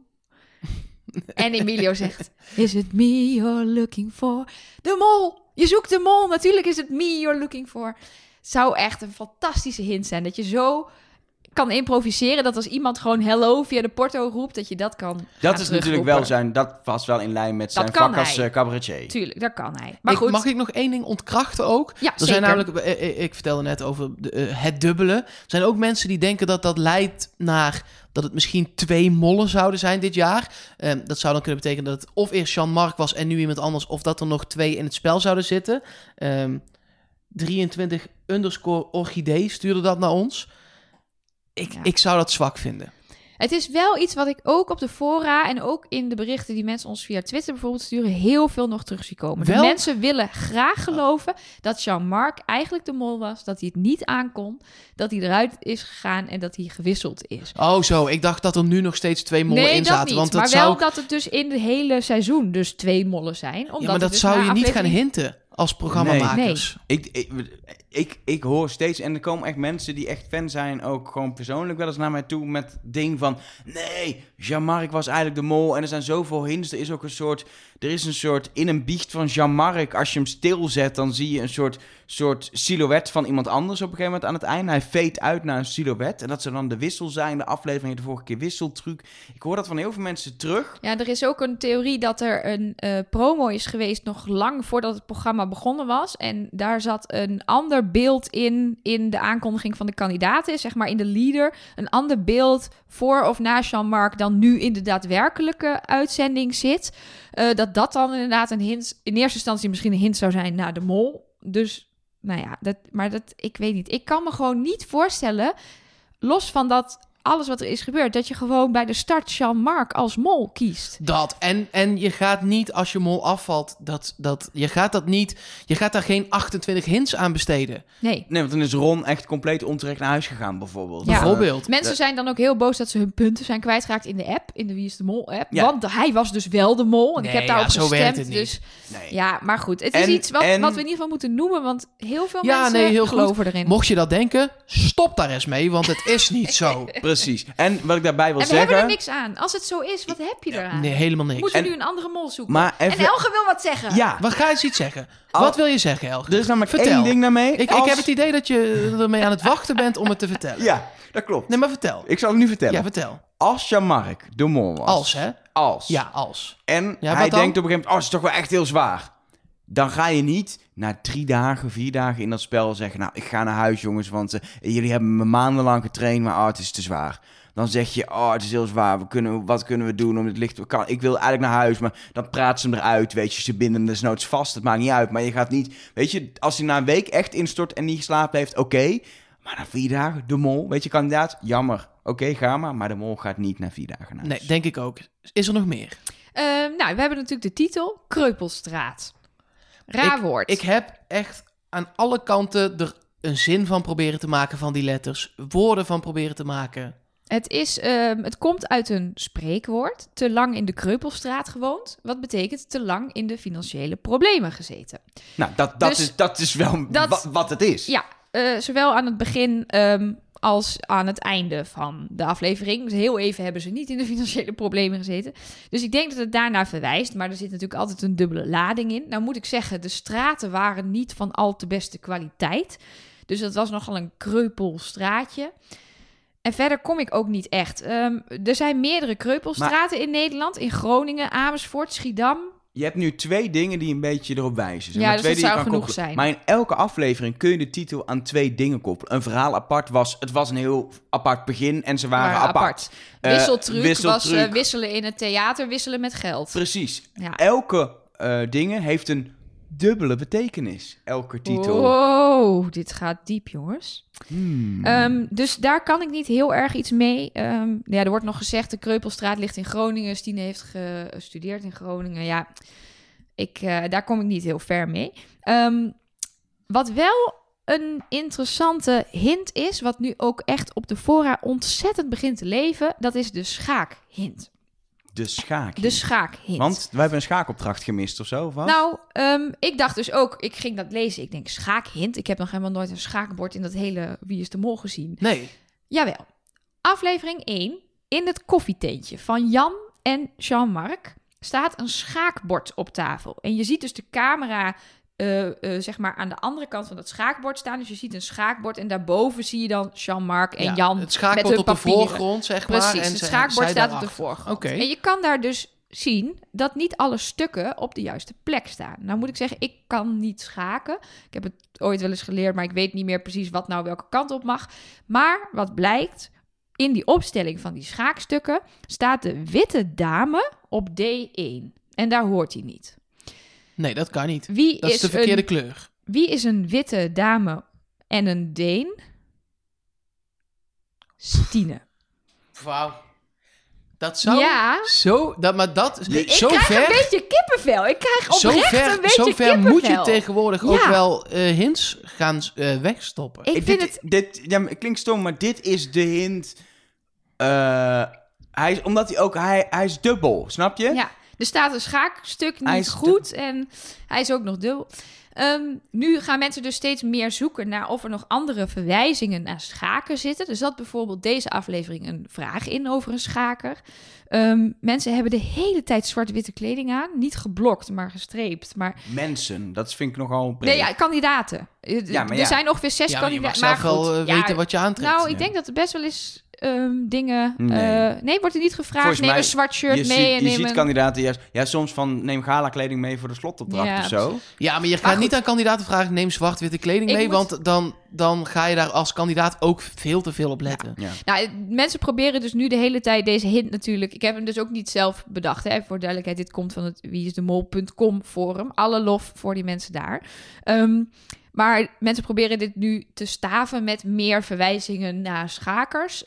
En Emilio zegt, is it me you're looking for? De mol! Je zoekt de mol. Natuurlijk is het me you're looking for. Zou echt een fantastische hint zijn. Dat je zo kan improviseren dat als iemand gewoon hello via de porto roept, dat je dat kan Dat is natuurlijk wel dat past wel in lijn met zijn Dat kan vak als hij. cabaretier. Tuurlijk, dat kan hij. Maar goed. Mag ik nog één ding ontkrachten ook? Ja, Er zijn zeker. namelijk, ik vertelde net over het dubbele. Er zijn ook mensen die denken dat dat leidt naar dat het misschien 2 mollen zouden zijn dit jaar. Dat zou dan kunnen betekenen dat het of eerst Jean-Marc was en nu iemand anders, of dat er nog 2 in het spel zouden zitten. 23_orchidee stuurde dat naar ons. Ja. Ik zou dat zwak vinden. Het is wel iets wat ik ook op de fora en ook in de berichten die mensen ons via Twitter bijvoorbeeld sturen, heel veel nog terug zie komen. De Wel? mensen willen graag geloven dat Jean-Marc eigenlijk de mol was, dat hij het niet aankon, dat hij eruit is gegaan en dat hij gewisseld is. Oh zo, ik dacht dat er nu nog steeds 2 mollen in dat zaten. niet, Want dat maar zou... wel dat het dus in het hele seizoen dus 2 mollen zijn. Omdat Ja, maar dat dus zou na je niet gaan aflevering- hinten als programmamakers. Ik hoor steeds, en er komen echt mensen die echt fan zijn, ook gewoon persoonlijk wel eens naar mij toe met ding van, nee, Jean-Marc was eigenlijk de mol en er zijn zoveel hints. Er is een soort in een biecht van Jean-Marc, als je hem stilzet, dan zie je een soort silhouet van iemand anders op een gegeven moment aan het einde. Hij fade uit naar een silhouet en dat zou dan de wissel zijn, de aflevering de vorige keer wisseltruc. Ik hoor dat van heel veel mensen terug. Ja, er is ook een theorie dat er een promo is geweest nog lang voordat het programma begonnen was. En daar zat een ander beeld in de aankondiging van de kandidaten, zeg maar in de leader. Een ander beeld voor of na Jean-Marc dan nu in de daadwerkelijke uitzending zit. Dat dan inderdaad een hint, in eerste instantie misschien een hint zou zijn naar de mol. Dus, nou ja, ik weet niet. Ik kan me gewoon niet voorstellen, los van dat alles wat er is gebeurd, dat je gewoon bij de start Jean-Marc als mol kiest. Dat. En je gaat niet, als je mol afvalt, je gaat daar geen 28 hints aan besteden. Nee. Nee, want dan is Ron echt compleet onterecht naar huis gegaan, bijvoorbeeld. Ja. Bijvoorbeeld. Mensen zijn dan ook heel boos dat ze hun punten zijn kwijtgeraakt in de app, in de Wie is de Mol app. Ja. Want hij was dus wel de mol. En Nee, ik heb daarop ja, zo werkt gestemd. het niet. Dus Nee. ja, maar goed. Het is En- iets wat we en- in ieder geval moeten noemen, want heel veel Ja, mensen nee, heel geloven erin. Mocht je dat denken, stop daar eens mee, want het is niet zo. Precies. En wat ik daarbij wil En we hebben er zeggen... niks aan. Als het zo is, wat heb je eraan? Nee, helemaal niks. Moeten we En- nu een andere mol zoeken? Maar En even... Elge wil wat zeggen. Ja, Wat ga je eens iets zeggen? Al- Wat wil je zeggen, Elge? er is namelijk Vertel. één ding daarmee. Ik Als- heb het idee dat je ermee aan het wachten bent om het te vertellen. Ja, dat klopt. Nee, maar vertel. Ik zal het nu vertellen. Ja, vertel. Als Jean-Marc de mol was... Als, hè? Als. Ja, als. En Ja, hij wat dan? denkt op een gegeven moment... Oh, het is toch wel echt heel zwaar. Dan ga je niet na 3 dagen, 4 dagen in dat spel zeggen... Nou, ik ga naar huis, jongens, want jullie hebben me maandenlang getraind... maar het is te zwaar. Dan zeg je, het is heel zwaar. Wat kunnen we doen om het licht... Ik wil eigenlijk naar huis, maar dan praat ze hem eruit. Weet je, ze binden desnoods vast. Het maakt niet uit. Maar je gaat niet... Weet je, als hij na een week echt instort en niet geslapen heeft... Oké. Maar na 4 dagen, de mol. Weet je, kandidaat, jammer. Oké, ga maar de mol gaat niet na 4 dagen naar huis. Nee, denk ik ook. Is er nog meer? Nou, we hebben natuurlijk de titel Kreupelstraat. Raar woord. Ik heb echt aan alle kanten er een zin van proberen te maken van die letters. Woorden van proberen te maken. Het komt uit een spreekwoord. Te lang in de Kreupelstraat gewoond. Wat betekent te lang in de financiële problemen gezeten. Nou, Dus dat is wel wat het is. Ja, zowel aan het begin als aan het einde van de aflevering. Dus heel even hebben ze niet in de financiële problemen gezeten. Dus ik denk dat het daarnaar verwijst. Maar er zit natuurlijk altijd een dubbele lading in. Nou moet ik zeggen, de straten waren niet van al te beste kwaliteit. Dus dat was nogal een kreupelstraatje. En verder kom ik ook niet echt. Er zijn meerdere kreupelstraten in Nederland. In Groningen, Amersfoort, Schiedam. Je hebt nu 2 dingen die een beetje erop wijzen. Zeg Ja, maar, dus 2 dat die je zou kan genoeg koppelen. zijn. Maar in elke aflevering kun je de titel aan 2 dingen koppelen. Een verhaal apart het was een heel apart begin en ze waren apart. Wisseltruc was wisseltruc. wisselen in het theater, wisselen met geld. Precies. Ja. Elke dingen heeft een dubbele betekenis. Elke titel. Wow, dit gaat diep, jongens. Hmm. Dus daar kan ik niet heel erg iets mee. Ja, er wordt nog gezegd, de Kreupelstraat ligt in Groningen. Stine heeft gestudeerd in Groningen. Ja, daar kom ik niet heel ver mee. Wat wel een interessante hint is, wat nu ook echt op de fora ontzettend begint te leven, dat is de schaakhint. De schaak. De schaakhint. Want wij hebben een schaakopdracht gemist of zo, of wat? Nou, ik dacht dus ook, ik ging dat lezen. Ik denk, schaakhint? Ik heb nog helemaal nooit een schaakbord in dat hele Wie is de Mol gezien. Nee. Jawel. Aflevering 1. In het koffietentje van Jan en Jean-Marc staat een schaakbord op tafel. En je ziet dus de camera zeg maar aan de andere kant van dat schaakbord staan. Dus je ziet een schaakbord en daarboven zie je dan Jean-Marc en Ja, Jan het schaakbord met hun op de papieren. voorgrond, zeg maar. Precies, en het zij schaakbord staat op de daarachter. voorgrond. Oké. En je kan daar dus zien dat niet alle stukken op de juiste plek staan. Nou moet ik zeggen, ik kan niet schaken. Ik heb het ooit wel eens geleerd, maar ik weet niet meer precies wat nou welke kant op mag. Maar wat blijkt, in die opstelling van die schaakstukken staat de witte dame op D1. En daar hoort hij niet. Nee, dat kan niet. Wie Dat is de verkeerde kleur. Wie is een witte dame en een Deen? Stine. Wauw. Dat zou zo... maar dat... Ik zo krijg ver, een beetje kippenvel. Ik krijg oprecht een beetje zo ver kippenvel. moet je tegenwoordig ook wel hints gaan wegstoppen. Ik vind het... Het klinkt stom, maar dit is de hint. Hij is dubbel, snap je? Ja, er staat een schaakstuk Hij niet is goed en hij is ook nog dubbel. Nu gaan mensen dus steeds meer zoeken naar of er nog andere verwijzingen naar schaken zitten. Er zat bijvoorbeeld deze aflevering een vraag in over een schaker. Mensen hebben de hele tijd zwart-witte kleding aan. Niet geblokt, maar gestreept. Maar... Mensen, dat vind ik nogal breed. Nee, ja, kandidaten. Er zijn ongeveer 6 kandidaten. Maar je mag zelf wel weten wat je aantrekt. Nou, ik denk dat er best wel eens dingen... Nee. Nee, wordt er niet gevraagd. Volgens neem mij, een zwart shirt mee. Je ziet kandidaten juist... Ja, soms van neem gala-kleding mee voor de slotopdracht of zo. Ja, maar je gaat niet aan kandidaten vragen... neem zwart-witte kleding mee, want dan ga je daar als kandidaat ook veel te veel op letten. Ja. Nou, mensen proberen dus nu de hele tijd deze hint natuurlijk... Ik heb hem dus ook niet zelf bedacht, hè. Voor duidelijkheid, dit komt van het wieisdemol.com forum. Alle lof voor die mensen daar. Maar mensen proberen dit nu te staven met meer verwijzingen naar schakers.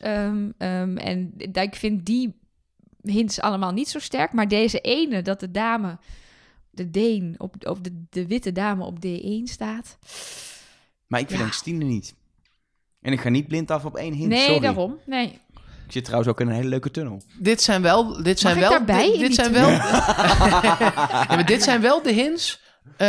En ik vind die hints allemaal niet zo sterk. Maar deze ene, dat de dame, de Deen, of de witte dame op D1 staat. Maar ik verdenk Stine niet. En ik ga niet blind af op één hint, Nee, sorry. Daarom. Nee. Ik zit trouwens ook in een hele leuke tunnel. Dit zijn wel... Dit zijn Mag wel ik daarbij? dit zijn wel ja, maar dit zijn wel de hints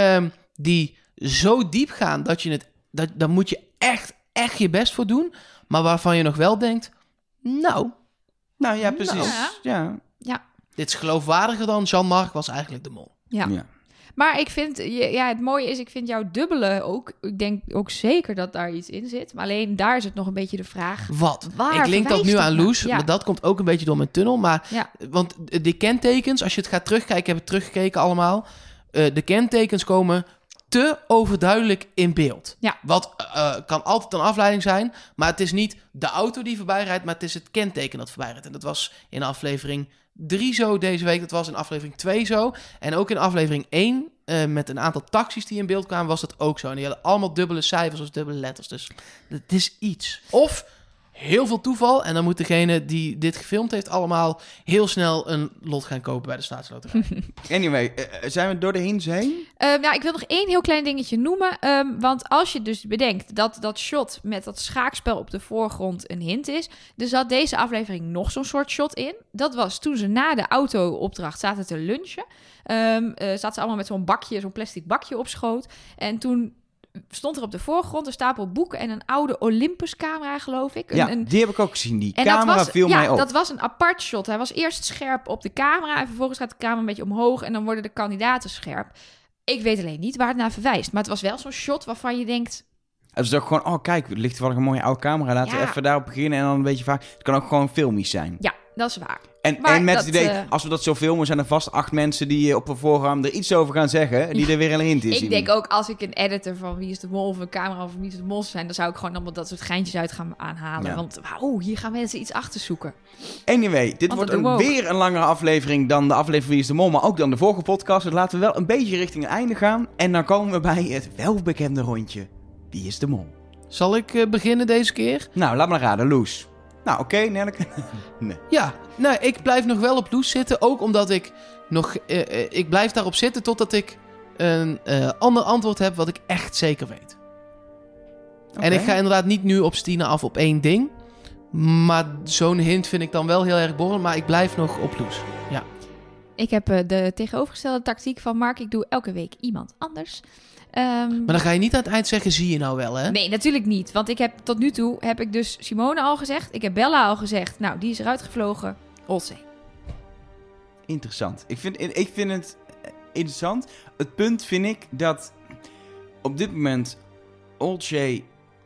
die zo diep gaan dat je het... Daar moet je echt je best voor doen. Maar waarvan je nog wel denkt... Nou, ja, precies. Ja. dit is geloofwaardiger dan Jean-Marc was eigenlijk de mol. Ja. Maar ik vind, het mooie is, ik vind jouw dubbele ook... Ik denk ook zeker dat daar iets in zit. Maar alleen daar is het nog een beetje de vraag... Wat? Waar Ik link dat nu aan Loes, Ja. maar dat komt ook een beetje door mijn tunnel. Maar, want de kentekens, als je het gaat terugkijken... Ik heb het teruggekeken allemaal. De kentekens komen te overduidelijk in beeld. Ja. Wat kan altijd een afleiding zijn. Maar het is niet de auto die voorbij rijdt... maar het is het kenteken dat voorbij rijdt. En dat was in aflevering 3 zo deze week. Dat was in aflevering 2 zo. En ook in aflevering 1... met een aantal taxis die in beeld kwamen, was dat ook zo. En die hadden allemaal dubbele cijfers of dubbele letters. Dus het is iets. Of heel veel toeval. En dan moet degene die dit gefilmd heeft allemaal heel snel een lot gaan kopen bij de staatsloterij. Anyway, zijn we door de hints heen? Ik wil nog 1 heel klein dingetje noemen. Want als je dus bedenkt dat shot met dat schaakspel op de voorgrond een hint is. Er zat deze aflevering nog zo'n soort shot in. Dat was toen ze na de auto-opdracht zaten te lunchen. Zaten ze allemaal met zo'n plastic bakje op schoot. En toen stond er op de voorgrond een stapel boeken en een oude Olympus-camera, geloof ik. Die heb ik ook gezien. Die camera viel mij op. Dat was een apart shot. Hij was eerst scherp op de camera en vervolgens gaat de camera een beetje omhoog en dan worden de kandidaten scherp. Ik weet alleen niet waar het naar verwijst, maar het was wel zo'n shot waarvan je denkt... Het is ook gewoon, kijk, er ligt wel een mooie oude camera. Laten we even daarop beginnen en dan een beetje vaak... Het kan ook gewoon filmisch zijn. Ja, dat is waar. En met het idee, als we dat zo filmen, zijn er vast 8 mensen die op een voorraam er iets over gaan zeggen, die er weer een hint in zien. Ik denk ook, als ik een editor van Wie is de Mol of een camera van Wie is de Mol zijn, dan zou ik gewoon allemaal dat soort geintjes uit gaan aanhalen. Ja. Want hier gaan mensen iets achter zoeken. Anyway, dit wordt weer een langere aflevering dan de aflevering Wie is de Mol, maar ook dan de vorige podcast. Dus laten we wel een beetje richting het einde gaan. En dan komen we bij het welbekende rondje. Wie is de Mol? Zal ik beginnen deze keer? Nou, laat maar raden, Loes. Nou, oké, Nelleke. Nee. Ja, ik blijf nog wel op Loes zitten. Ook omdat ik nog... ik blijf daarop zitten totdat ik een ander antwoord heb wat ik echt zeker weet. Okay. En ik ga inderdaad niet nu op Stine af op 1 ding. Maar zo'n hint vind ik dan wel heel erg borrel. Maar ik blijf nog op Loes. Ja. Ik heb de tegenovergestelde tactiek van Mark. Ik doe elke week iemand anders. Maar dan ga je niet aan het eind zeggen, zie je nou wel, hè? Nee, natuurlijk niet. Want tot nu toe heb ik dus Simone al gezegd. Ik heb Bella al gezegd. Nou, die is eruit gevlogen. Olsé. Interessant. Ik vind het interessant. Het punt vind ik dat op dit moment Olsé...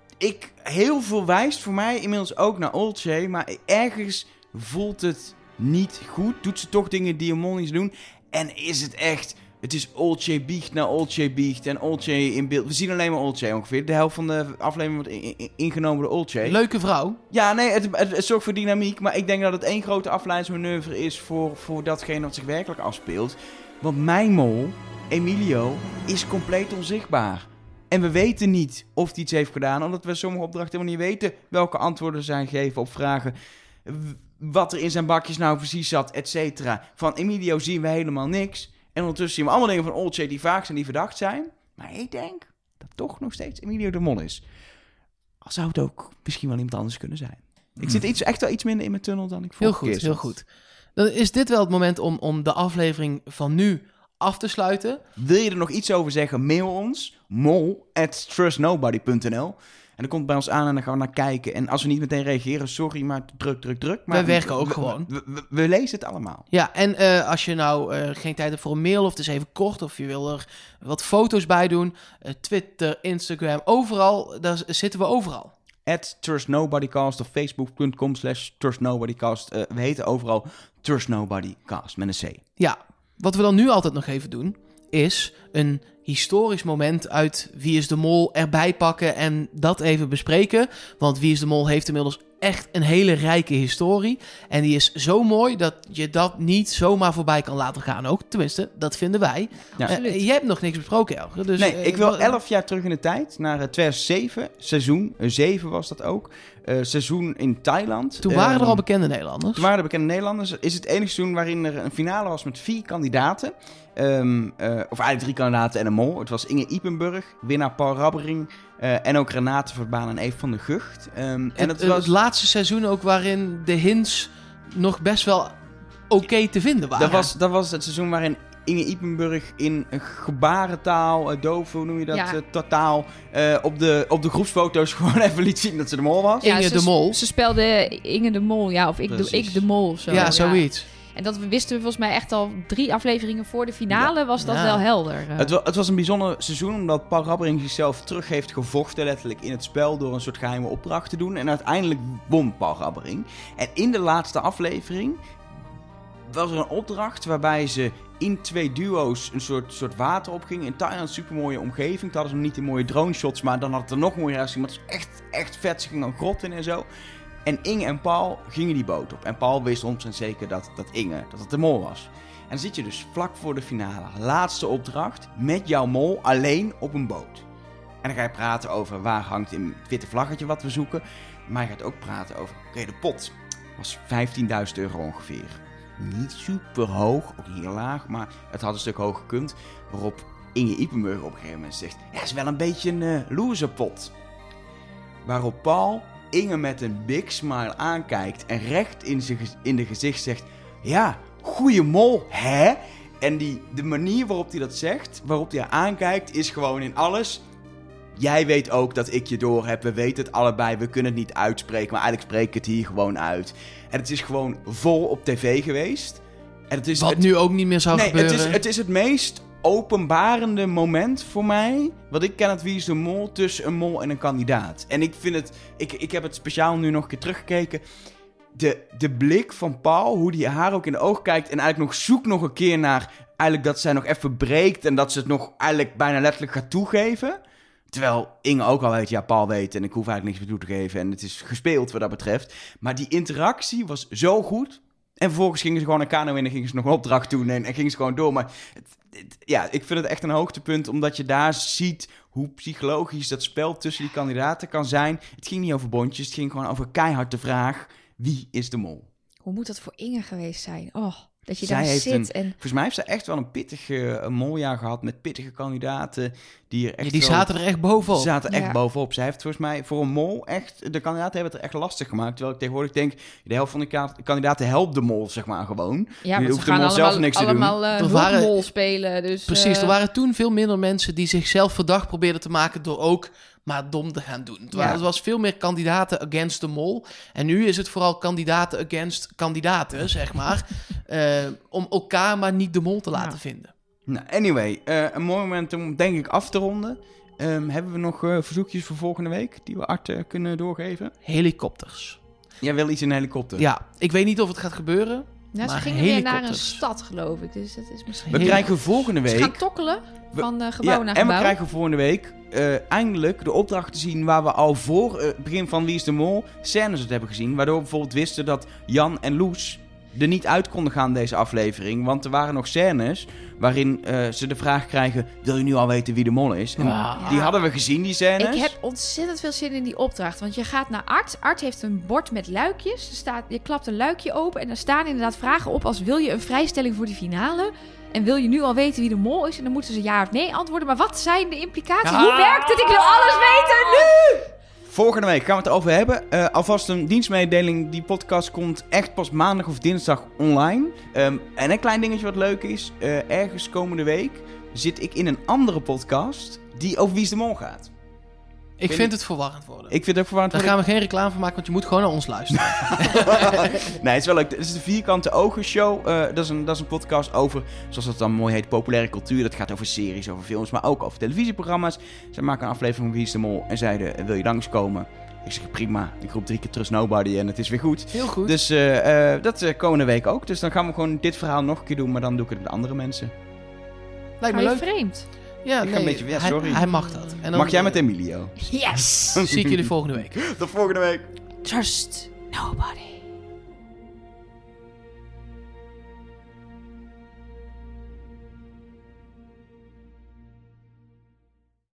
heel veel wijst voor mij inmiddels ook naar Olsé. Maar ergens voelt het niet goed. Doet ze toch dingen die een mol niet doen. En is het echt... Het is Olsé biecht naar Olsé biecht en Olsé in beeld. We zien alleen maar Olsé ongeveer. De helft van de aflevering wordt ingenomen door Olsé. Leuke vrouw. Ja, nee, het zorgt voor dynamiek. Maar ik denk dat het 1 grote afleidingsmanoeuvre is voor datgene wat zich werkelijk afspeelt. Want mijn mol, Emilio, is compleet onzichtbaar. En we weten niet of hij iets heeft gedaan. Omdat we sommige opdrachten helemaal niet weten welke antwoorden zijn gegeven op vragen. wat er in zijn bakjes nou precies zat, et cetera. Van Emilio zien we helemaal niks. En ondertussen zien we allemaal dingen van Olcay die vaag zijn, die verdacht zijn. Maar ik denk dat toch nog steeds Emilio de Mol is. Al zou het ook misschien wel iemand anders kunnen zijn. Ik zit echt wel iets minder in mijn tunnel dan ik vorige keer zat. Heel goed. Dan is dit wel het moment om de aflevering van nu af te sluiten. Wil je er nog iets over zeggen? Mail ons. mol@trustnobody.nl. En dan komt het bij ons aan en dan gaan we naar kijken. En als we niet meteen reageren, sorry, maar druk. Maar wij werken ook gewoon. We lezen het allemaal. Ja, en als je nou geen tijd hebt voor een mail of het is even kort of je wil er wat foto's bij doen. Twitter, Instagram, overal. Daar zitten we overal. @trustnobodycast of facebook.com/trustnobodycast. We heten overal trustnobodycast met een C. Ja, wat we dan nu altijd nog even doen, is een historisch moment uit Wie is de Mol erbij pakken en dat even bespreken. Want Wie is de Mol heeft inmiddels echt een hele rijke historie. En die is zo mooi dat je dat niet zomaar voorbij kan laten gaan ook. Tenminste, dat vinden wij. Ja. Je hebt nog niks besproken, Elger. Dus, Nee, ik wil 11 jaar terug in de tijd, naar 2007. Seizoen 7 was dat ook. Seizoen in Thailand. Toen waren er al bekende Nederlanders. Toen waren er bekende Nederlanders. Is het enige seizoen waarin er een finale was met 4 kandidaten. Of eigenlijk 3 kandidaten en een mol. Het was Inge Ipenburg, winnaar Paul Rabbering. En ook Renate Verbaan en Eve van de Gucht. En het was het laatste seizoen ook waarin de hints nog best wel oké te vinden waren. Dat was het seizoen waarin Inge Ipenburg in een gebarentaal, doof, hoe noem je dat, totaal, op de groepsfoto's gewoon even liet zien dat ze de mol was. Ja, Inge de Mol. Ze spelde Inge de Mol, ja, of ik de Mol of zo. Ja, zoiets. En dat wisten we volgens mij echt al 3 afleveringen voor de finale, was dat wel helder. Het was een bijzonder seizoen, omdat Paul Rabbering zichzelf terug heeft gevochten, letterlijk in het spel, door een soort geheime opdracht te doen. En uiteindelijk won Paul Rabbering. En in de laatste aflevering was er een opdracht waarbij ze in 2 duo's een soort water opgingen. In Thailand, een supermooie omgeving. Toen hadden ze nog niet de mooie drone shots, maar dan had het er nog mooier uitzien. Maar het was echt vet. Ze gingen een grot in en zo. En Inge en Paul gingen die boot op. En Paul wist 100% zeker dat Inge, dat het de mol was. En dan zit je dus vlak voor de finale. Laatste opdracht met jouw mol alleen op een boot. En dan ga je praten over waar hangt een witte vlaggetje wat we zoeken. Maar je gaat ook praten over, de pot was €15.000 ongeveer. Niet super hoog, ook heel laag, maar het had een stuk hoger gekund. Waarop Inge Ipenburg op een gegeven moment zegt, ja, het is wel een beetje een loserpot. Waarop Paul Inge met een big smile aankijkt en recht in de gezicht zegt, ja, goeie mol, hè? En de manier waarop hij dat zegt, waarop hij haar aankijkt, is gewoon in alles. Jij weet ook dat ik je door heb, we weten het allebei, we kunnen het niet uitspreken, maar eigenlijk spreek ik het hier gewoon uit. En het is gewoon vol op tv geweest. En het is Wat nu ook niet meer zou gebeuren. Het is het meest openbarende moment voor mij, wat ik ken het Wie is de Mol, tussen een mol en een kandidaat. En ik vind het, ik heb het speciaal nu nog een keer teruggekeken. De blik van Paul, hoe die haar ook in de ogen kijkt en eigenlijk nog een keer naar, eigenlijk dat zij nog even breekt en dat ze het nog eigenlijk bijna letterlijk gaat toegeven. Terwijl Inge ook al weet, ja, Paul weet en ik hoef eigenlijk niks meer toe te geven en het is gespeeld wat dat betreft. Maar die interactie was zo goed. En vervolgens gingen ze gewoon een kano in en gingen ze nog een opdracht doen en gingen ze gewoon door. Maar ik vind het echt een hoogtepunt, omdat je daar ziet hoe psychologisch dat spel tussen die kandidaten kan zijn. Het ging niet over bondjes, het ging gewoon over keihard de vraag, wie is de mol? Hoe moet dat voor Inge geweest zijn? Oh, dat je Zij daar heeft zit en... Volgens mij heeft ze echt wel een pittige moljaar gehad met pittige kandidaten. Die zaten er echt bovenop. Ze zaten echt bovenop. Zij heeft volgens mij voor een mol echt... De kandidaten hebben het er echt lastig gemaakt. Terwijl ik tegenwoordig denk, de helft van de kandidaten helpt de mol, zeg maar, gewoon. Ja, je hoeft de mol zelf niks te doen. Allemaal mol spelen. Dus, precies, er waren toen veel minder mensen die zichzelf verdacht probeerden te maken door ook maar dom te gaan doen. Het was veel meer kandidaten against de mol. En nu is het vooral kandidaten against kandidaten, zeg maar. Om elkaar maar niet de mol te laten vinden. Nou, anyway, een mooi moment om denk ik af te ronden. Hebben we nog verzoekjes voor volgende week die we Art kunnen doorgeven? Helikopters. Jij wil iets in een helikopter? Ja, ik weet niet of het gaat gebeuren. Ja, ze gingen weer naar een stad, geloof ik. Dus dat is misschien... We krijgen volgende week... Ze gaan tokkelen van gebouw naar gebouw. En we krijgen volgende week eindelijk de opdracht te zien waar we al voor het begin van Wie is de Mol scènes uit hebben gezien. Waardoor we bijvoorbeeld wisten dat Jan en Loes er niet uit konden gaan deze aflevering. Want er waren nog scènes waarin ze de vraag krijgen... wil je nu al weten wie de mol is? En die hadden we gezien, die scènes. Ik heb ontzettend veel zin in die opdracht. Want je gaat naar Art. Art heeft een bord met luikjes. Je klapt een luikje open en daar staan inderdaad vragen op... als wil je een vrijstelling voor die finale... En wil je nu al weten wie de mol is? En dan moeten ze ja of nee antwoorden. Maar wat zijn de implicaties? Hoe werkt het? Ik wil alles weten nu! Volgende week gaan we het erover hebben. Alvast een dienstmededeling. Die podcast komt echt pas maandag of dinsdag online. En een klein dingetje wat leuk is. Ergens komende week zit ik in een andere podcast die over Wie is de Mol gaat. Ik vind het verwarrend worden. Ik vind het ook verwarrend worden. Daar gaan we geen reclame van maken, want je moet gewoon naar ons luisteren. Nee, het is wel leuk. Het is de Vierkante Ogen Show. Dat is een podcast over, zoals dat dan mooi heet, populaire cultuur. Dat gaat over series, over films, maar ook over televisieprogramma's. Zij maken een aflevering van Wie is de Mol en zeiden, wil je langskomen? Ik zeg, prima. Ik roep 3 keer Trust Nobody en het is weer goed. Heel goed. Dus dat komende week ook. Dus dan gaan we gewoon dit verhaal nog een keer doen, maar dan doe ik het met andere mensen. Lijkt me leuk. Vreemd. Ja, ik ga een beetje, sorry. Hij mag dat. En dan, mag jij met Emilio? Yes! Zie ik jullie volgende week. Tot volgende week. Trust nobody.